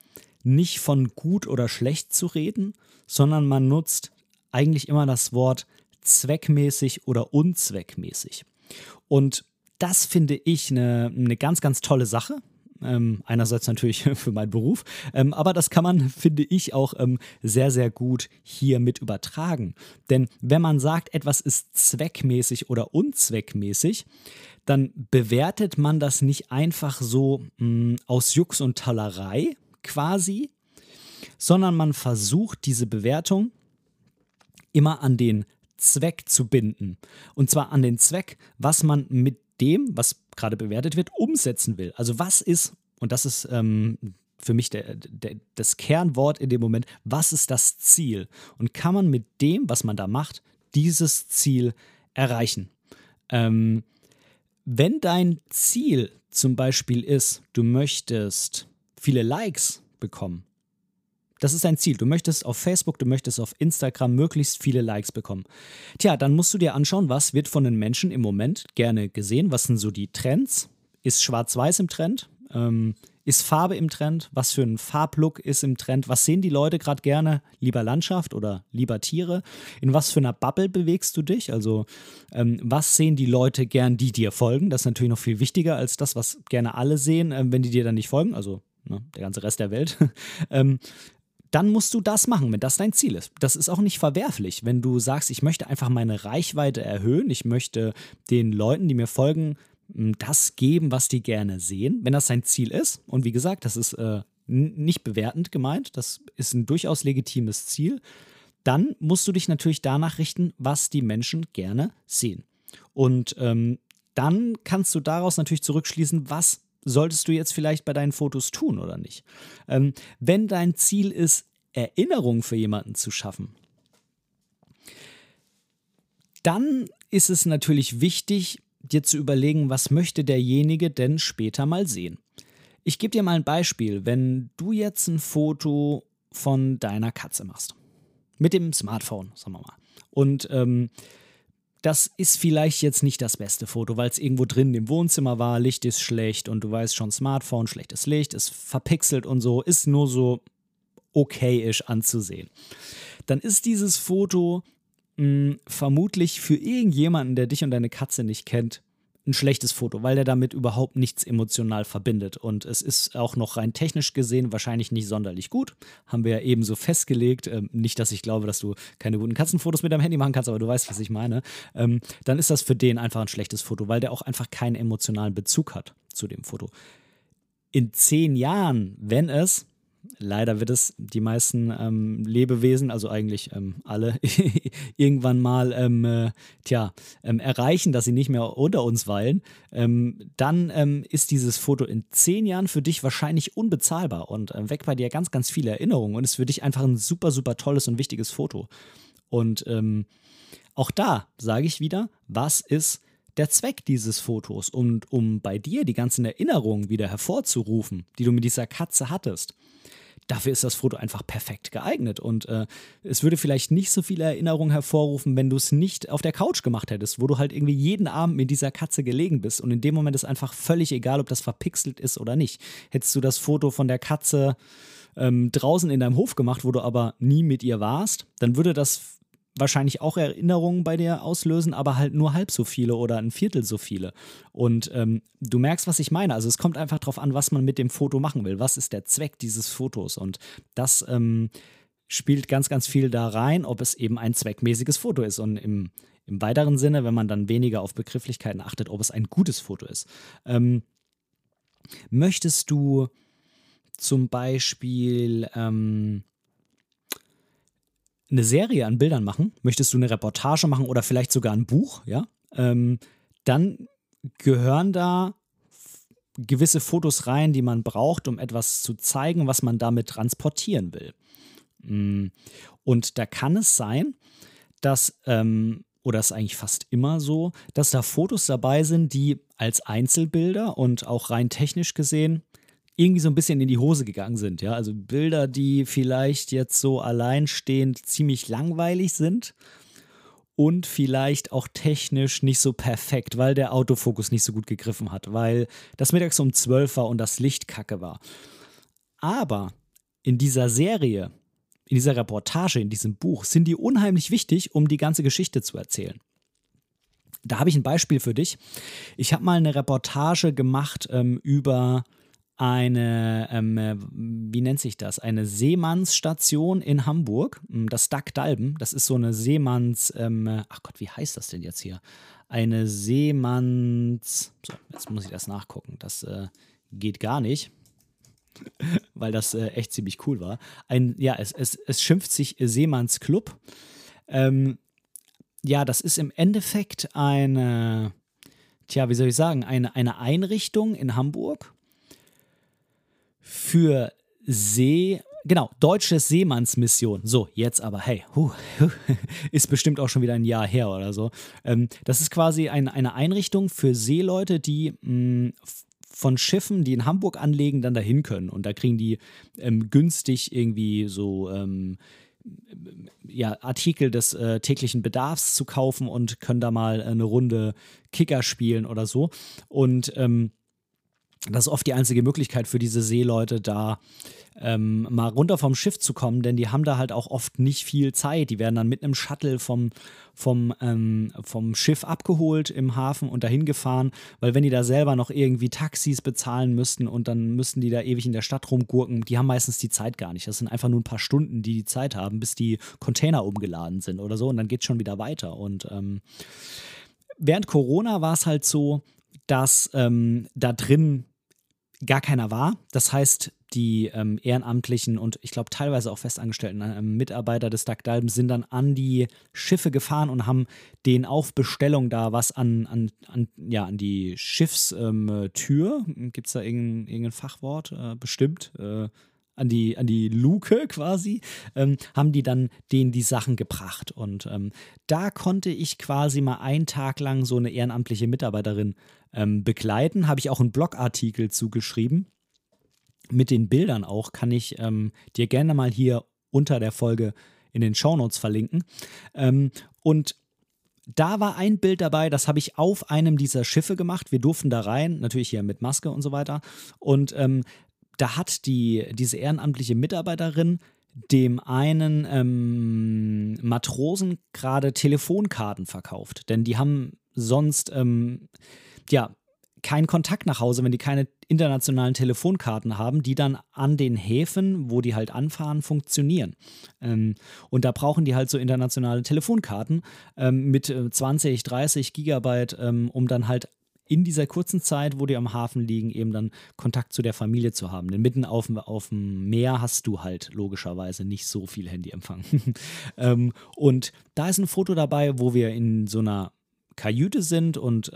nicht von gut oder schlecht zu reden, sondern man nutzt eigentlich immer das Wort zweckmäßig oder unzweckmäßig. Und das finde ich eine ganz, ganz tolle Sache. Einerseits natürlich für meinen Beruf, aber das kann man, finde ich, auch sehr, sehr gut hier mit übertragen. Denn wenn man sagt, etwas ist zweckmäßig oder unzweckmäßig, dann bewertet man das nicht einfach so aus Jux und Tollerei quasi, sondern man versucht, diese Bewertung immer an den Zweck zu binden. Und zwar an den Zweck, was man mit dem, was gerade bewertet wird, umsetzen will. Also was ist, und das ist für mich das Kernwort in dem Moment, was ist das Ziel? Und kann man mit dem, was man da macht, dieses Ziel erreichen? Wenn dein Ziel zum Beispiel ist, du möchtest viele Likes bekommen, das ist dein Ziel. Du möchtest auf Facebook, du möchtest auf Instagram möglichst viele Likes bekommen. Tja, dann musst du dir anschauen, was wird von den Menschen im Moment gerne gesehen? Was sind so die Trends? Ist Schwarz-Weiß im Trend? Ist Farbe im Trend? Was für ein Farblook ist im Trend? Was sehen die Leute gerade gerne? Lieber Landschaft oder lieber Tiere? In was für einer Bubble bewegst du dich? Also was sehen die Leute gern, die dir folgen? Das ist natürlich noch viel wichtiger als das, was gerne alle sehen, wenn die dir dann nicht folgen. Also der ganze Rest der Welt. Dann musst du das machen, wenn das dein Ziel ist. Das ist auch nicht verwerflich, wenn du sagst, ich möchte einfach meine Reichweite erhöhen, ich möchte den Leuten, die mir folgen, das geben, was die gerne sehen, wenn das dein Ziel ist. Und wie gesagt, das ist nicht bewertend gemeint, das ist ein durchaus legitimes Ziel. Dann musst du dich natürlich danach richten, was die Menschen gerne sehen. Und dann kannst du daraus natürlich zurückschließen, was solltest du jetzt vielleicht bei deinen Fotos tun oder nicht. Wenn dein Ziel ist, Erinnerung für jemanden zu schaffen, dann ist es natürlich wichtig, dir zu überlegen, was möchte derjenige denn später mal sehen. Ich gebe dir mal ein Beispiel. Wenn du jetzt ein Foto von deiner Katze machst, mit dem Smartphone, sagen wir mal, und das ist vielleicht jetzt nicht das beste Foto, weil es irgendwo drin im Wohnzimmer war, Licht ist schlecht und du weißt schon, Smartphone, schlechtes Licht, ist verpixelt und so, ist nur so okayisch anzusehen. Dann ist dieses Foto vermutlich für irgendjemanden, der dich und deine Katze nicht kennt, ein schlechtes Foto, weil der damit überhaupt nichts emotional verbindet. Und es ist auch noch rein technisch gesehen wahrscheinlich nicht sonderlich gut. Haben wir ja ebenso festgelegt. Nicht, dass ich glaube, dass du keine guten Katzenfotos mit deinem Handy machen kannst, aber du weißt, was ich meine. Dann ist das für den einfach ein schlechtes Foto, weil der auch einfach keinen emotionalen Bezug hat zu dem Foto. In 10 Jahren, wenn es, leider wird es die meisten Lebewesen, also eigentlich alle, irgendwann mal erreichen, dass sie nicht mehr unter uns weilen, dann ist dieses Foto in 10 Jahren für dich wahrscheinlich unbezahlbar und weckt bei dir ganz, ganz viele Erinnerungen und ist für dich einfach ein super, super tolles und wichtiges Foto. Und auch da sage ich wieder, was ist der Zweck dieses Fotos? Und um bei dir die ganzen Erinnerungen wieder hervorzurufen, die du mit dieser Katze hattest, dafür ist das Foto einfach perfekt geeignet und es würde vielleicht nicht so viele Erinnerungen hervorrufen, wenn du es nicht auf der Couch gemacht hättest, wo du halt irgendwie jeden Abend mit dieser Katze gelegen bist und in dem Moment ist einfach völlig egal, ob das verpixelt ist oder nicht. Hättest du das Foto von der Katze draußen in deinem Hof gemacht, wo du aber nie mit ihr warst, dann würde das wahrscheinlich auch Erinnerungen bei dir auslösen, aber halt nur halb so viele oder ein Viertel so viele. Und du merkst, was ich meine. Also es kommt einfach darauf an, was man mit dem Foto machen will. Was ist der Zweck dieses Fotos? Und das spielt ganz, ganz viel da rein, ob es eben ein zweckmäßiges Foto ist. Und im weiteren Sinne, wenn man dann weniger auf Begrifflichkeiten achtet, ob es ein gutes Foto ist. Möchtest du zum Beispiel eine Serie an Bildern machen, möchtest du eine Reportage machen oder vielleicht sogar ein Buch, ja, dann gehören da gewisse Fotos rein, die man braucht, um etwas zu zeigen, was man damit transportieren will. Und da kann es sein, dass, oder ist eigentlich fast immer so, dass da Fotos dabei sind, die als Einzelbilder und auch rein technisch gesehen irgendwie so ein bisschen in die Hose gegangen sind, ja, also Bilder, die vielleicht jetzt so alleinstehend ziemlich langweilig sind und vielleicht auch technisch nicht so perfekt, weil der Autofokus nicht so gut gegriffen hat, weil das mittags um 12 war und das Licht kacke war. Aber in dieser Serie, in dieser Reportage, in diesem Buch, sind die unheimlich wichtig, um die ganze Geschichte zu erzählen. Da habe ich ein Beispiel für dich. Ich habe mal eine Reportage gemacht über eine, wie nennt sich das? Eine Seemannsstation in Hamburg, das Stack-Dalben. Das ist so eine ach Gott, wie heißt das denn jetzt hier? Eine so, jetzt muss ich das nachgucken. Das geht gar nicht, weil das echt ziemlich cool war. Es schimpft sich Seemannsclub. Ja, das ist im Endeffekt wie soll ich sagen, eine Einrichtung in Hamburg für Deutsche Seemannsmission. So, jetzt aber, hey, ist bestimmt auch schon wieder ein Jahr her oder so. Das ist quasi eine Einrichtung für Seeleute, die von Schiffen, die in Hamburg anlegen, dann dahin können. Und da kriegen die günstig irgendwie so Artikel des täglichen Bedarfs zu kaufen und können da mal eine Runde Kicker spielen oder so. Und das ist oft die einzige Möglichkeit für diese Seeleute, da mal runter vom Schiff zu kommen, denn die haben da halt auch oft nicht viel Zeit. Die werden dann mit einem Shuttle vom Schiff abgeholt im Hafen und dahin gefahren, weil wenn die da selber noch irgendwie Taxis bezahlen müssten und dann müssten die da ewig in der Stadt rumgurken, die haben meistens die Zeit gar nicht. Das sind einfach nur ein paar Stunden, die Zeit haben, bis die Container umgeladen sind oder so und dann geht es schon wieder weiter. Und während Corona war es halt so, dass da drin gar keiner war. Das heißt, die ehrenamtlichen und ich glaube teilweise auch festangestellten Mitarbeiter des Stack-Dalben sind dann an die Schiffe gefahren und haben denen auf Bestellung da was an die Schiffstür, gibt es da irgendein Fachwort? Bestimmt. An die Luke quasi, haben die dann denen die Sachen gebracht. Und da konnte ich quasi mal einen Tag lang so eine ehrenamtliche Mitarbeiterin begleiten. Habe ich auch einen Blogartikel zugeschrieben. Mit den Bildern auch kann ich dir gerne mal hier unter der Folge in den Shownotes verlinken. Und da war ein Bild dabei, das habe ich auf einem dieser Schiffe gemacht. Wir durften da rein, natürlich hier mit Maske und so weiter. Und da hat diese ehrenamtliche Mitarbeiterin dem einen Matrosen gerade Telefonkarten verkauft. Denn die haben sonst keinen Kontakt nach Hause, wenn die keine internationalen Telefonkarten haben, die dann an den Häfen, wo die halt anfahren, funktionieren. Und da brauchen die halt so internationale Telefonkarten mit 20, 30 Gigabyte, um dann halt in dieser kurzen Zeit, wo die am Hafen liegen, eben dann Kontakt zu der Familie zu haben. Denn mitten auf dem Meer hast du halt logischerweise nicht so viel Handyempfang. Und da ist ein Foto dabei, wo wir in so einer Kajüte sind und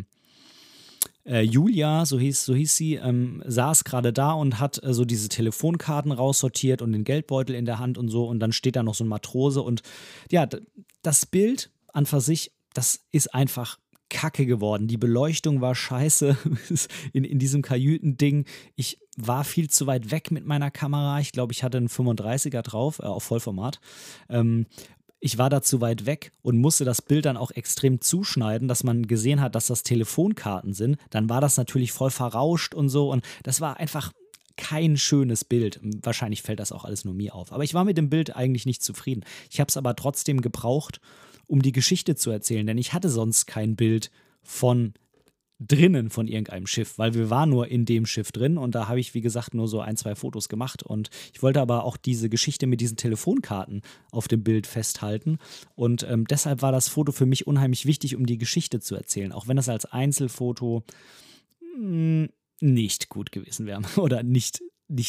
Julia, so hieß sie, saß gerade da und hat so diese Telefonkarten raussortiert und den Geldbeutel in der Hand und so. Und dann steht da noch so ein Matrose. Und ja, das Bild an für sich, das ist einfach kacke geworden. Die Beleuchtung war scheiße in diesem Kajütending. Ich war viel zu weit weg mit meiner Kamera. Ich glaube, ich hatte einen 35er drauf, auf Vollformat. Ich war da zu weit weg und musste das Bild dann auch extrem zuschneiden, dass man gesehen hat, dass das Telefonkarten sind. Dann war das natürlich voll verrauscht und so. Und das war einfach kein schönes Bild. Wahrscheinlich fällt das auch alles nur mir auf. Aber ich war mit dem Bild eigentlich nicht zufrieden. Ich habe es aber trotzdem gebraucht, um die Geschichte zu erzählen. Denn ich hatte sonst kein Bild von drinnen von irgendeinem Schiff, weil wir waren nur in dem Schiff drin und da habe ich, wie gesagt, nur so 1, 2 Fotos gemacht und ich wollte aber auch diese Geschichte mit diesen Telefonkarten auf dem Bild festhalten und deshalb war das Foto für mich unheimlich wichtig, um die Geschichte zu erzählen, auch wenn das als Einzelfoto nicht gut gewesen wäre oder nicht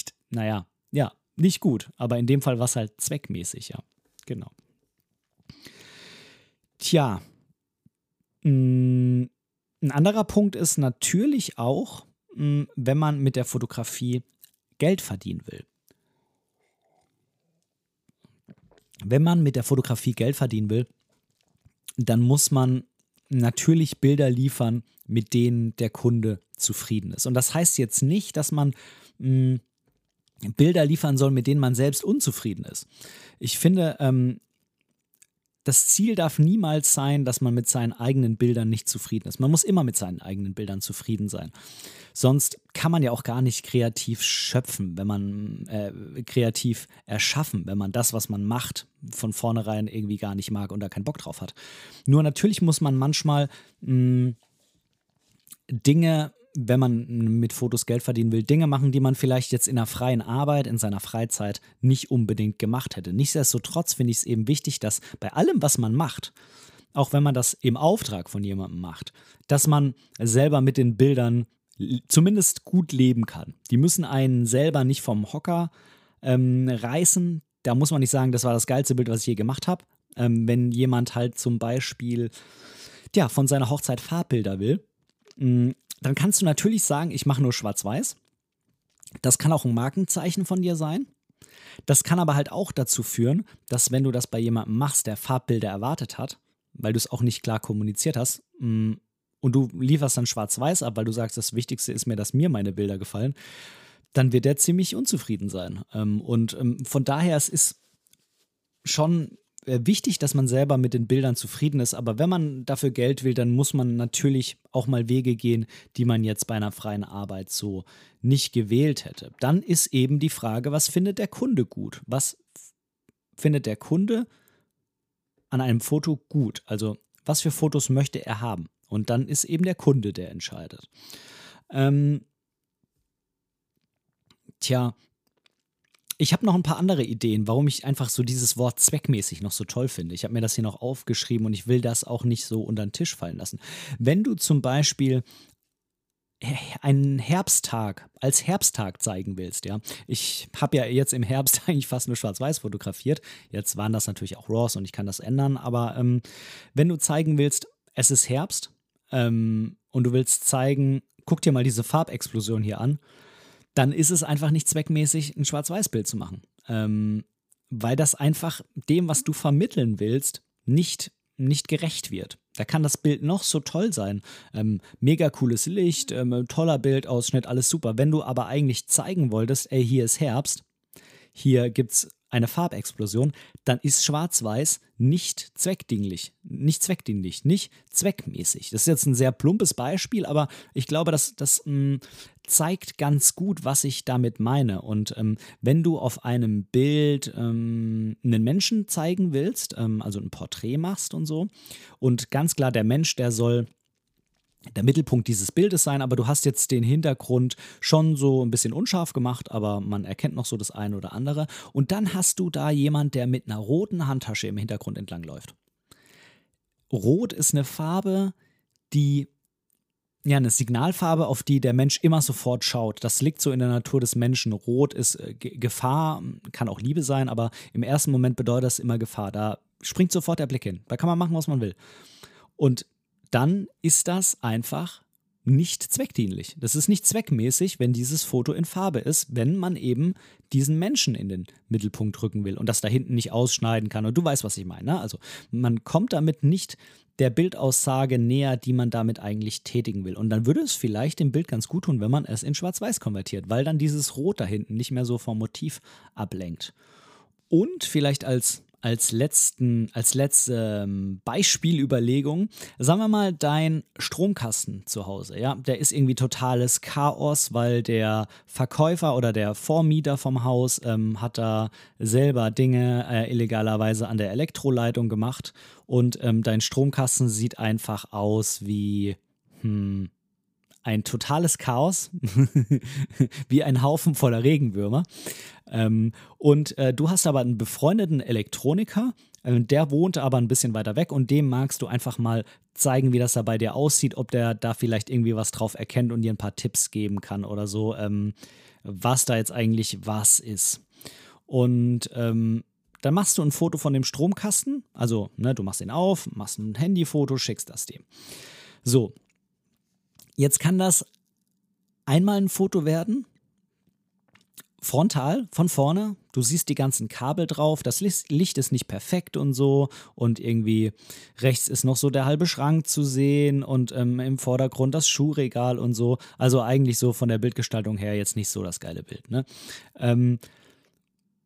gut, aber in dem Fall war es halt zweckmäßig, ja, genau. Tja, ein anderer Punkt ist natürlich auch, wenn man mit der Fotografie Geld verdienen will. Wenn man mit der Fotografie Geld verdienen will, dann muss man natürlich Bilder liefern, mit denen der Kunde zufrieden ist. Und das heißt jetzt nicht, dass man Bilder liefern soll, mit denen man selbst unzufrieden ist. Ich finde, das Ziel darf niemals sein, dass man mit seinen eigenen Bildern nicht zufrieden ist. Man muss immer mit seinen eigenen Bildern zufrieden sein. Sonst kann man ja auch gar nicht kreativ schöpfen, wenn man kreativ erschaffen, wenn man das, was man macht, von vornherein irgendwie gar nicht mag und da keinen Bock drauf hat. Nur natürlich muss man manchmal Dinge, wenn man mit Fotos Geld verdienen will, Dinge machen, die man vielleicht jetzt in der freien Arbeit, in seiner Freizeit nicht unbedingt gemacht hätte. Nichtsdestotrotz finde ich es eben wichtig, dass bei allem, was man macht, auch wenn man das im Auftrag von jemandem macht, dass man selber mit den Bildern zumindest gut leben kann. Die müssen einen selber nicht vom Hocker reißen. Da muss man nicht sagen, das war das geilste Bild, was ich je gemacht habe. Wenn jemand halt zum Beispiel von seiner Hochzeit Farbbilder will, dann kannst du natürlich sagen, ich mache nur schwarz-weiß. Das kann auch ein Markenzeichen von dir sein. Das kann aber halt auch dazu führen, dass wenn du das bei jemandem machst, der Farbbilder erwartet hat, weil du es auch nicht klar kommuniziert hast, und du lieferst dann schwarz-weiß ab, weil du sagst, das Wichtigste ist mir, dass mir meine Bilder gefallen, dann wird der ziemlich unzufrieden sein. Von daher, es ist schon wichtig, dass man selber mit den Bildern zufrieden ist, aber wenn man dafür Geld will, dann muss man natürlich auch mal Wege gehen, die man jetzt bei einer freien Arbeit so nicht gewählt hätte. Dann ist eben die Frage, was findet der Kunde gut? Was findet der Kunde an einem Foto gut? Also was für Fotos möchte er haben? Und dann ist eben der Kunde, der entscheidet. Ich habe noch ein paar andere Ideen, warum ich einfach so dieses Wort zweckmäßig noch so toll finde. Ich habe mir das hier noch aufgeschrieben und ich will das auch nicht so unter den Tisch fallen lassen. Wenn du zum Beispiel einen Herbsttag als Herbsttag zeigen willst, ja. Ich habe ja jetzt im Herbst eigentlich fast nur schwarz-weiß fotografiert. Jetzt waren das natürlich auch RAWs und ich kann das ändern, aber wenn du zeigen willst, es ist Herbst und du willst zeigen, guck dir mal diese Farbexplosion hier an, dann ist es einfach nicht zweckmäßig, ein Schwarz-Weiß-Bild zu machen. Weil das einfach dem, was du vermitteln willst, nicht gerecht wird. Da kann das Bild noch so toll sein. Mega cooles Licht, toller Bildausschnitt, alles super. Wenn du aber eigentlich zeigen wolltest, ey, hier ist Herbst, hier gibt's eine Farbexplosion, dann ist Schwarz-Weiß nicht zweckdienlich, nicht zweckmäßig. Das ist jetzt ein sehr plumpes Beispiel, aber ich glaube, das zeigt ganz gut, was ich damit meine. Und wenn du auf einem Bild einen Menschen zeigen willst, also ein Porträt machst und so, und ganz klar, der Mensch, der soll der Mittelpunkt dieses Bildes sein, aber du hast jetzt den Hintergrund schon so ein bisschen unscharf gemacht, aber man erkennt noch so das eine oder andere. Und dann hast du da jemand, der mit einer roten Handtasche im Hintergrund entlangläuft. Rot ist eine Farbe, eine Signalfarbe, auf die der Mensch immer sofort schaut. Das liegt so in der Natur des Menschen. Rot ist Gefahr, kann auch Liebe sein, aber im ersten Moment bedeutet das immer Gefahr. Da springt sofort der Blick hin. Da kann man machen, was man will. Und dann ist das einfach nicht zweckdienlich. Das ist nicht zweckmäßig, wenn dieses Foto in Farbe ist, wenn man eben diesen Menschen in den Mittelpunkt rücken will und das da hinten nicht ausschneiden kann. Und du weißt, was ich meine. Ne? Also man kommt damit nicht der Bildaussage näher, die man damit eigentlich tätigen will. Und dann würde es vielleicht dem Bild ganz gut tun, wenn man es in Schwarz-Weiß konvertiert, weil dann dieses Rot da hinten nicht mehr so vom Motiv ablenkt. Und vielleicht als letzte Beispielüberlegung, sagen wir mal, dein Stromkasten zu Hause, ja, der ist irgendwie totales Chaos, weil der Verkäufer oder der Vormieter vom Haus hat da selber Dinge illegalerweise an der Elektroleitung gemacht und dein Stromkasten sieht einfach aus wie ein totales Chaos, wie ein Haufen voller Regenwürmer. Du hast aber einen befreundeten Elektroniker, der wohnt aber ein bisschen weiter weg und dem magst du einfach mal zeigen, wie das da bei dir aussieht, ob der da vielleicht irgendwie was drauf erkennt und dir ein paar Tipps geben kann oder so, was da jetzt eigentlich was ist. Und dann machst du ein Foto von dem Stromkasten, also du machst ihn auf, machst ein Handyfoto, schickst das dem. So, jetzt kann das einmal ein Foto werden, frontal, von vorne. Du siehst die ganzen Kabel drauf, das Licht ist nicht perfekt und so und irgendwie rechts ist noch so der halbe Schrank zu sehen und im Vordergrund das Schuhregal und so. Also eigentlich so von der Bildgestaltung her jetzt nicht so das geile Bild, ne?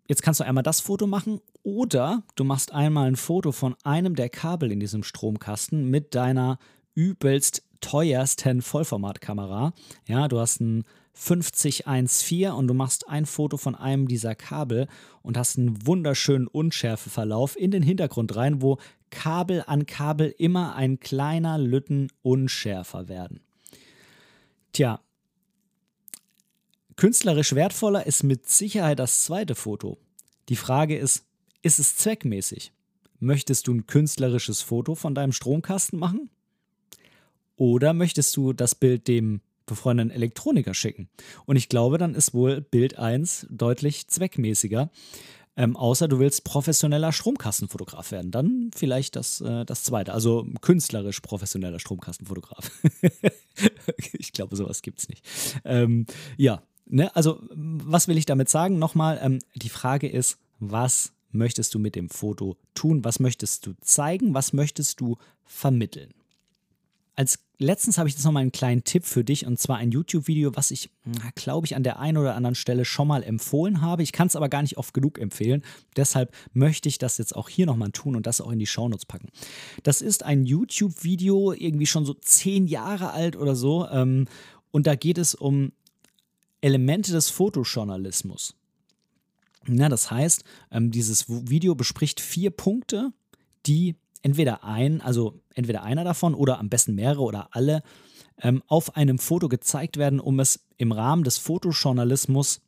jetzt kannst du einmal das Foto machen oder du machst einmal ein Foto von einem der Kabel in diesem Stromkasten mit deiner übelst teuersten Vollformatkamera. Ja, du hast einen 5014 und du machst ein Foto von einem dieser Kabel und hast einen wunderschönen Unschärfeverlauf in den Hintergrund rein, wo Kabel an Kabel immer ein kleiner Lütten unschärfer werden. Tja, künstlerisch wertvoller ist mit Sicherheit das zweite Foto. Die Frage ist es zweckmäßig? Möchtest du ein künstlerisches Foto von deinem Stromkasten machen? Oder möchtest du das Bild dem befreundeten Elektroniker schicken? Und ich glaube, dann ist wohl Bild 1 deutlich zweckmäßiger. Außer du willst professioneller Stromkastenfotograf werden. Dann vielleicht das zweite. Also künstlerisch professioneller Stromkastenfotograf. Ich glaube, sowas gibt es nicht. Ja, ne? Also was will ich damit sagen? Nochmal, die Frage ist, was möchtest du mit dem Foto tun? Was möchtest du zeigen? Was möchtest du vermitteln? Als letztens habe ich jetzt nochmal einen kleinen Tipp für dich, und zwar ein YouTube-Video, was ich, glaube ich, an der einen oder anderen Stelle schon mal empfohlen habe. Ich kann es aber gar nicht oft genug empfehlen. Deshalb möchte ich das jetzt auch hier nochmal tun und das auch in die Shownotes packen. Das ist ein YouTube-Video, irgendwie schon so 10 Jahre alt oder so. Und da geht es um Elemente des Fotojournalismus. Na, das heißt, dieses Video bespricht 4 Punkte, die entweder einer davon oder am besten mehrere oder alle auf einem Foto gezeigt werden, um es im Rahmen des Fotojournalismus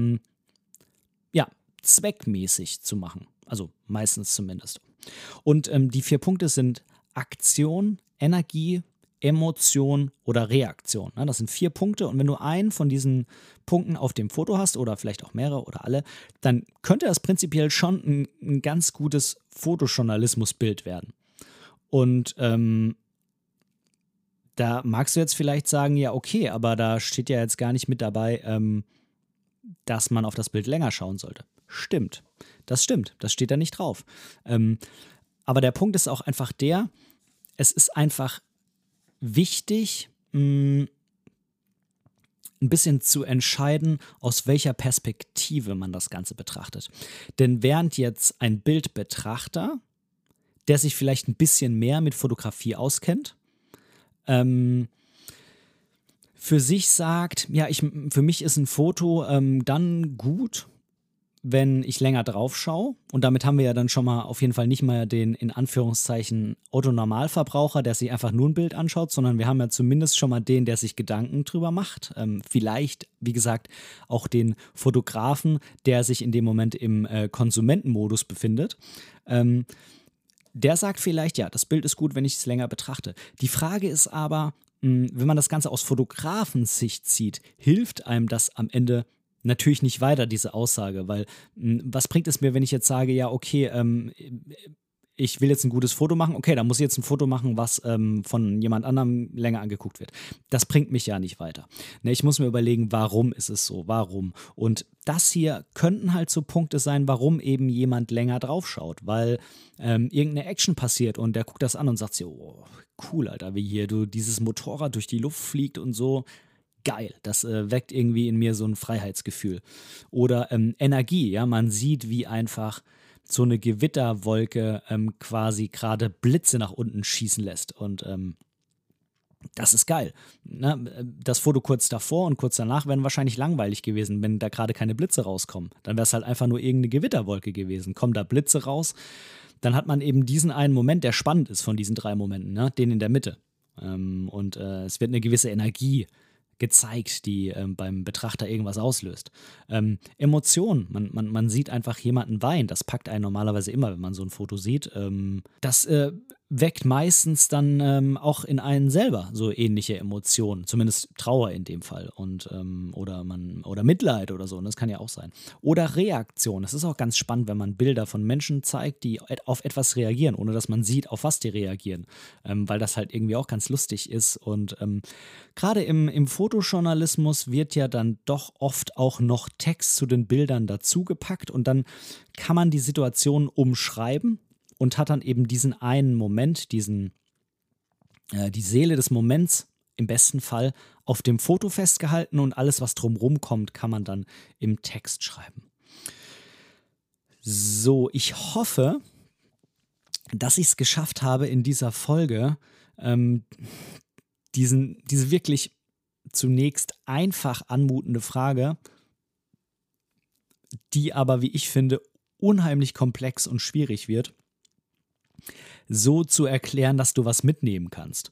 zweckmäßig zu machen. Also meistens zumindest. Und die 4 Punkte sind Aktion, Energie, Emotion oder Reaktion. Das sind 4 Punkte und wenn du einen von diesen Punkten auf dem Foto hast oder vielleicht auch mehrere oder alle, dann könnte das prinzipiell schon ein ganz gutes Fotojournalismusbild werden. Und da magst du jetzt vielleicht sagen, ja okay, aber da steht ja jetzt gar nicht mit dabei, dass man auf das Bild länger schauen sollte. Stimmt, das steht da nicht drauf. Aber der Punkt ist auch einfach es ist einfach wichtig, ein bisschen zu entscheiden, aus welcher Perspektive man das Ganze betrachtet. Denn während jetzt ein Bildbetrachter, der sich vielleicht ein bisschen mehr mit Fotografie auskennt, für sich sagt, ja, für mich ist ein Foto dann gut, wenn ich länger drauf schaue. Und damit haben wir ja dann schon mal auf jeden Fall nicht mal den, in Anführungszeichen, Otto-Normalverbraucher, der sich einfach nur ein Bild anschaut, sondern wir haben ja zumindest schon mal den, der sich Gedanken drüber macht. Vielleicht, wie gesagt, auch den Fotografen, der sich in dem Moment im Konsumentenmodus befindet. Der sagt vielleicht, ja, das Bild ist gut, wenn ich es länger betrachte. Die Frage ist aber, wenn man das Ganze aus Fotografensicht sieht, hilft einem das am Ende natürlich nicht weiter, diese Aussage, weil was bringt es mir, wenn ich jetzt sage, ja, okay, ich will jetzt ein gutes Foto machen, okay, dann muss ich jetzt ein Foto machen, was von jemand anderem länger angeguckt wird. Das bringt mich ja nicht weiter. Ne, ich muss mir überlegen, warum ist es so, warum? Und das hier könnten halt so Punkte sein, warum eben jemand länger drauf schaut, weil irgendeine Action passiert und der guckt das an und sagt sich, oh, cool, Alter, wie hier dieses Motorrad durch die Luft fliegt und so. Geil, das weckt irgendwie in mir so ein Freiheitsgefühl. Oder Energie, ja, man sieht, wie einfach so eine Gewitterwolke quasi gerade Blitze nach unten schießen lässt. Und das ist geil. Ne? Das Foto kurz davor und kurz danach wären wahrscheinlich langweilig gewesen, wenn da gerade keine Blitze rauskommen. Dann wäre es halt einfach nur irgendeine Gewitterwolke gewesen. Kommen da Blitze raus, dann hat man eben diesen einen Moment, der spannend ist von diesen 3 Momenten, ne? Den in der Mitte. Und es wird eine gewisse Energie gezeigt, die beim Betrachter irgendwas auslöst. Emotionen, man sieht einfach jemanden weinen, das packt einen normalerweise immer, wenn man so ein Foto sieht. Das weckt meistens dann auch in einen selber so ähnliche Emotionen, zumindest Trauer in dem Fall und oder Mitleid oder so, und das kann ja auch sein. Oder Reaktion, das ist auch ganz spannend, wenn man Bilder von Menschen zeigt, die auf etwas reagieren, ohne dass man sieht, auf was die reagieren, weil das halt irgendwie auch ganz lustig ist und gerade im Fotojournalismus wird ja dann doch oft auch noch Text zu den Bildern dazugepackt und dann kann man die Situation umschreiben und hat dann eben diesen einen Moment, die Seele des Moments im besten Fall auf dem Foto festgehalten und alles, was drumherum kommt, kann man dann im Text schreiben. So, ich hoffe, dass ich es geschafft habe, in dieser Folge diese wirklich zunächst einfach anmutende Frage, die aber, wie ich finde, unheimlich komplex und schwierig wird, so zu erklären, dass du was mitnehmen kannst.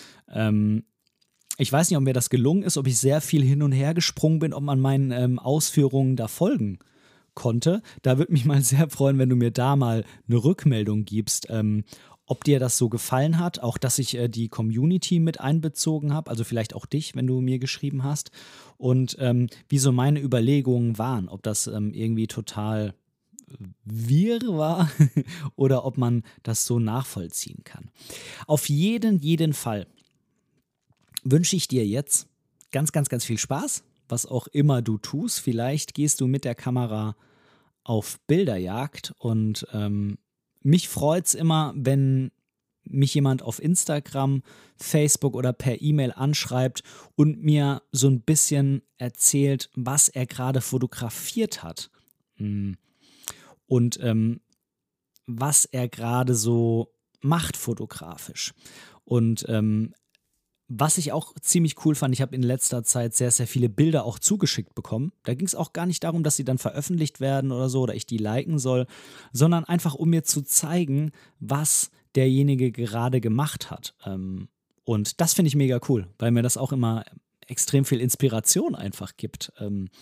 Ich weiß nicht, ob mir das gelungen ist, ob ich sehr viel hin und her gesprungen bin, ob man meinen Ausführungen da folgen konnte. Da würde mich mal sehr freuen, wenn du mir da mal eine Rückmeldung gibst, ob dir das so gefallen hat, auch dass ich die Community mit einbezogen habe, also vielleicht auch dich, wenn du mir geschrieben hast, und wie so meine Überlegungen waren, ob das irgendwie total wirr war oder ob man das so nachvollziehen kann. Auf jeden Fall wünsche ich dir jetzt ganz, ganz, ganz viel Spaß, was auch immer du tust. Vielleicht gehst du mit der Kamera auf Bilderjagd und mich freut es immer, wenn mich jemand auf Instagram, Facebook oder per E-Mail anschreibt und mir so ein bisschen erzählt, was er gerade fotografiert hat und was er gerade so macht fotografisch. Und was ich auch ziemlich cool fand, ich habe in letzter Zeit sehr, sehr viele Bilder auch zugeschickt bekommen. Da ging es auch gar nicht darum, dass sie dann veröffentlicht werden oder so oder ich die liken soll, sondern einfach, um mir zu zeigen, was derjenige gerade gemacht hat. Und das finde ich mega cool, weil mir das auch immer extrem viel Inspiration einfach gibt.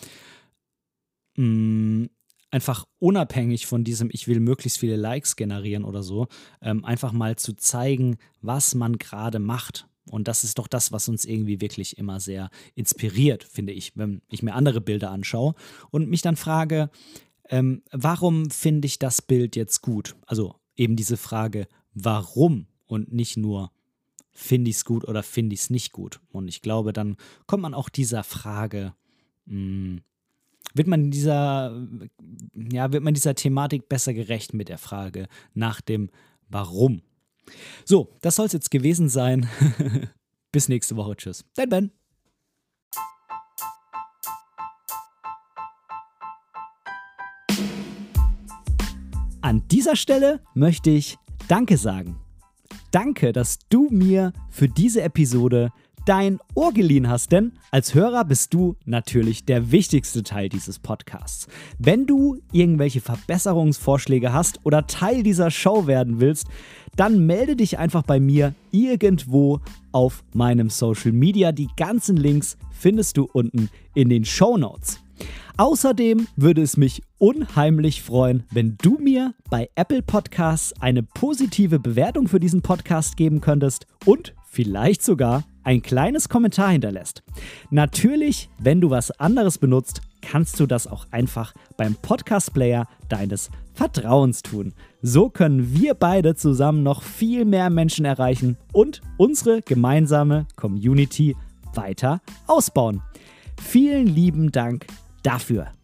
Einfach unabhängig von diesem, ich will möglichst viele Likes generieren oder so, einfach mal zu zeigen, was man gerade macht. Und das ist doch das, was uns irgendwie wirklich immer sehr inspiriert, finde ich, wenn ich mir andere Bilder anschaue und mich dann frage, warum finde ich das Bild jetzt gut? Also eben diese Frage, warum und nicht nur, finde ich es gut oder finde ich es nicht gut? Und ich glaube, dann kommt man auch dieser Frage, wird man dieser Thematik besser gerecht mit der Frage nach dem Warum. So, das soll es jetzt gewesen sein. Bis nächste Woche. Tschüss. Dein Ben. An dieser Stelle möchte ich Danke sagen. Danke, dass du mir für diese Episode dein Ohr geliehen hast, denn als Hörer bist du natürlich der wichtigste Teil dieses Podcasts. Wenn du irgendwelche Verbesserungsvorschläge hast oder Teil dieser Show werden willst, dann melde dich einfach bei mir irgendwo auf meinem Social Media. Die ganzen Links findest du unten in den Shownotes. Außerdem würde es mich unheimlich freuen, wenn du mir bei Apple Podcasts eine positive Bewertung für diesen Podcast geben könntest und vielleicht sogar ein kleines Kommentar hinterlässt. Natürlich, wenn du was anderes benutzt, kannst du das auch einfach beim Podcast-Player deines Vertrauens tun. So können wir beide zusammen noch viel mehr Menschen erreichen und unsere gemeinsame Community weiter ausbauen. Vielen lieben Dank dafür.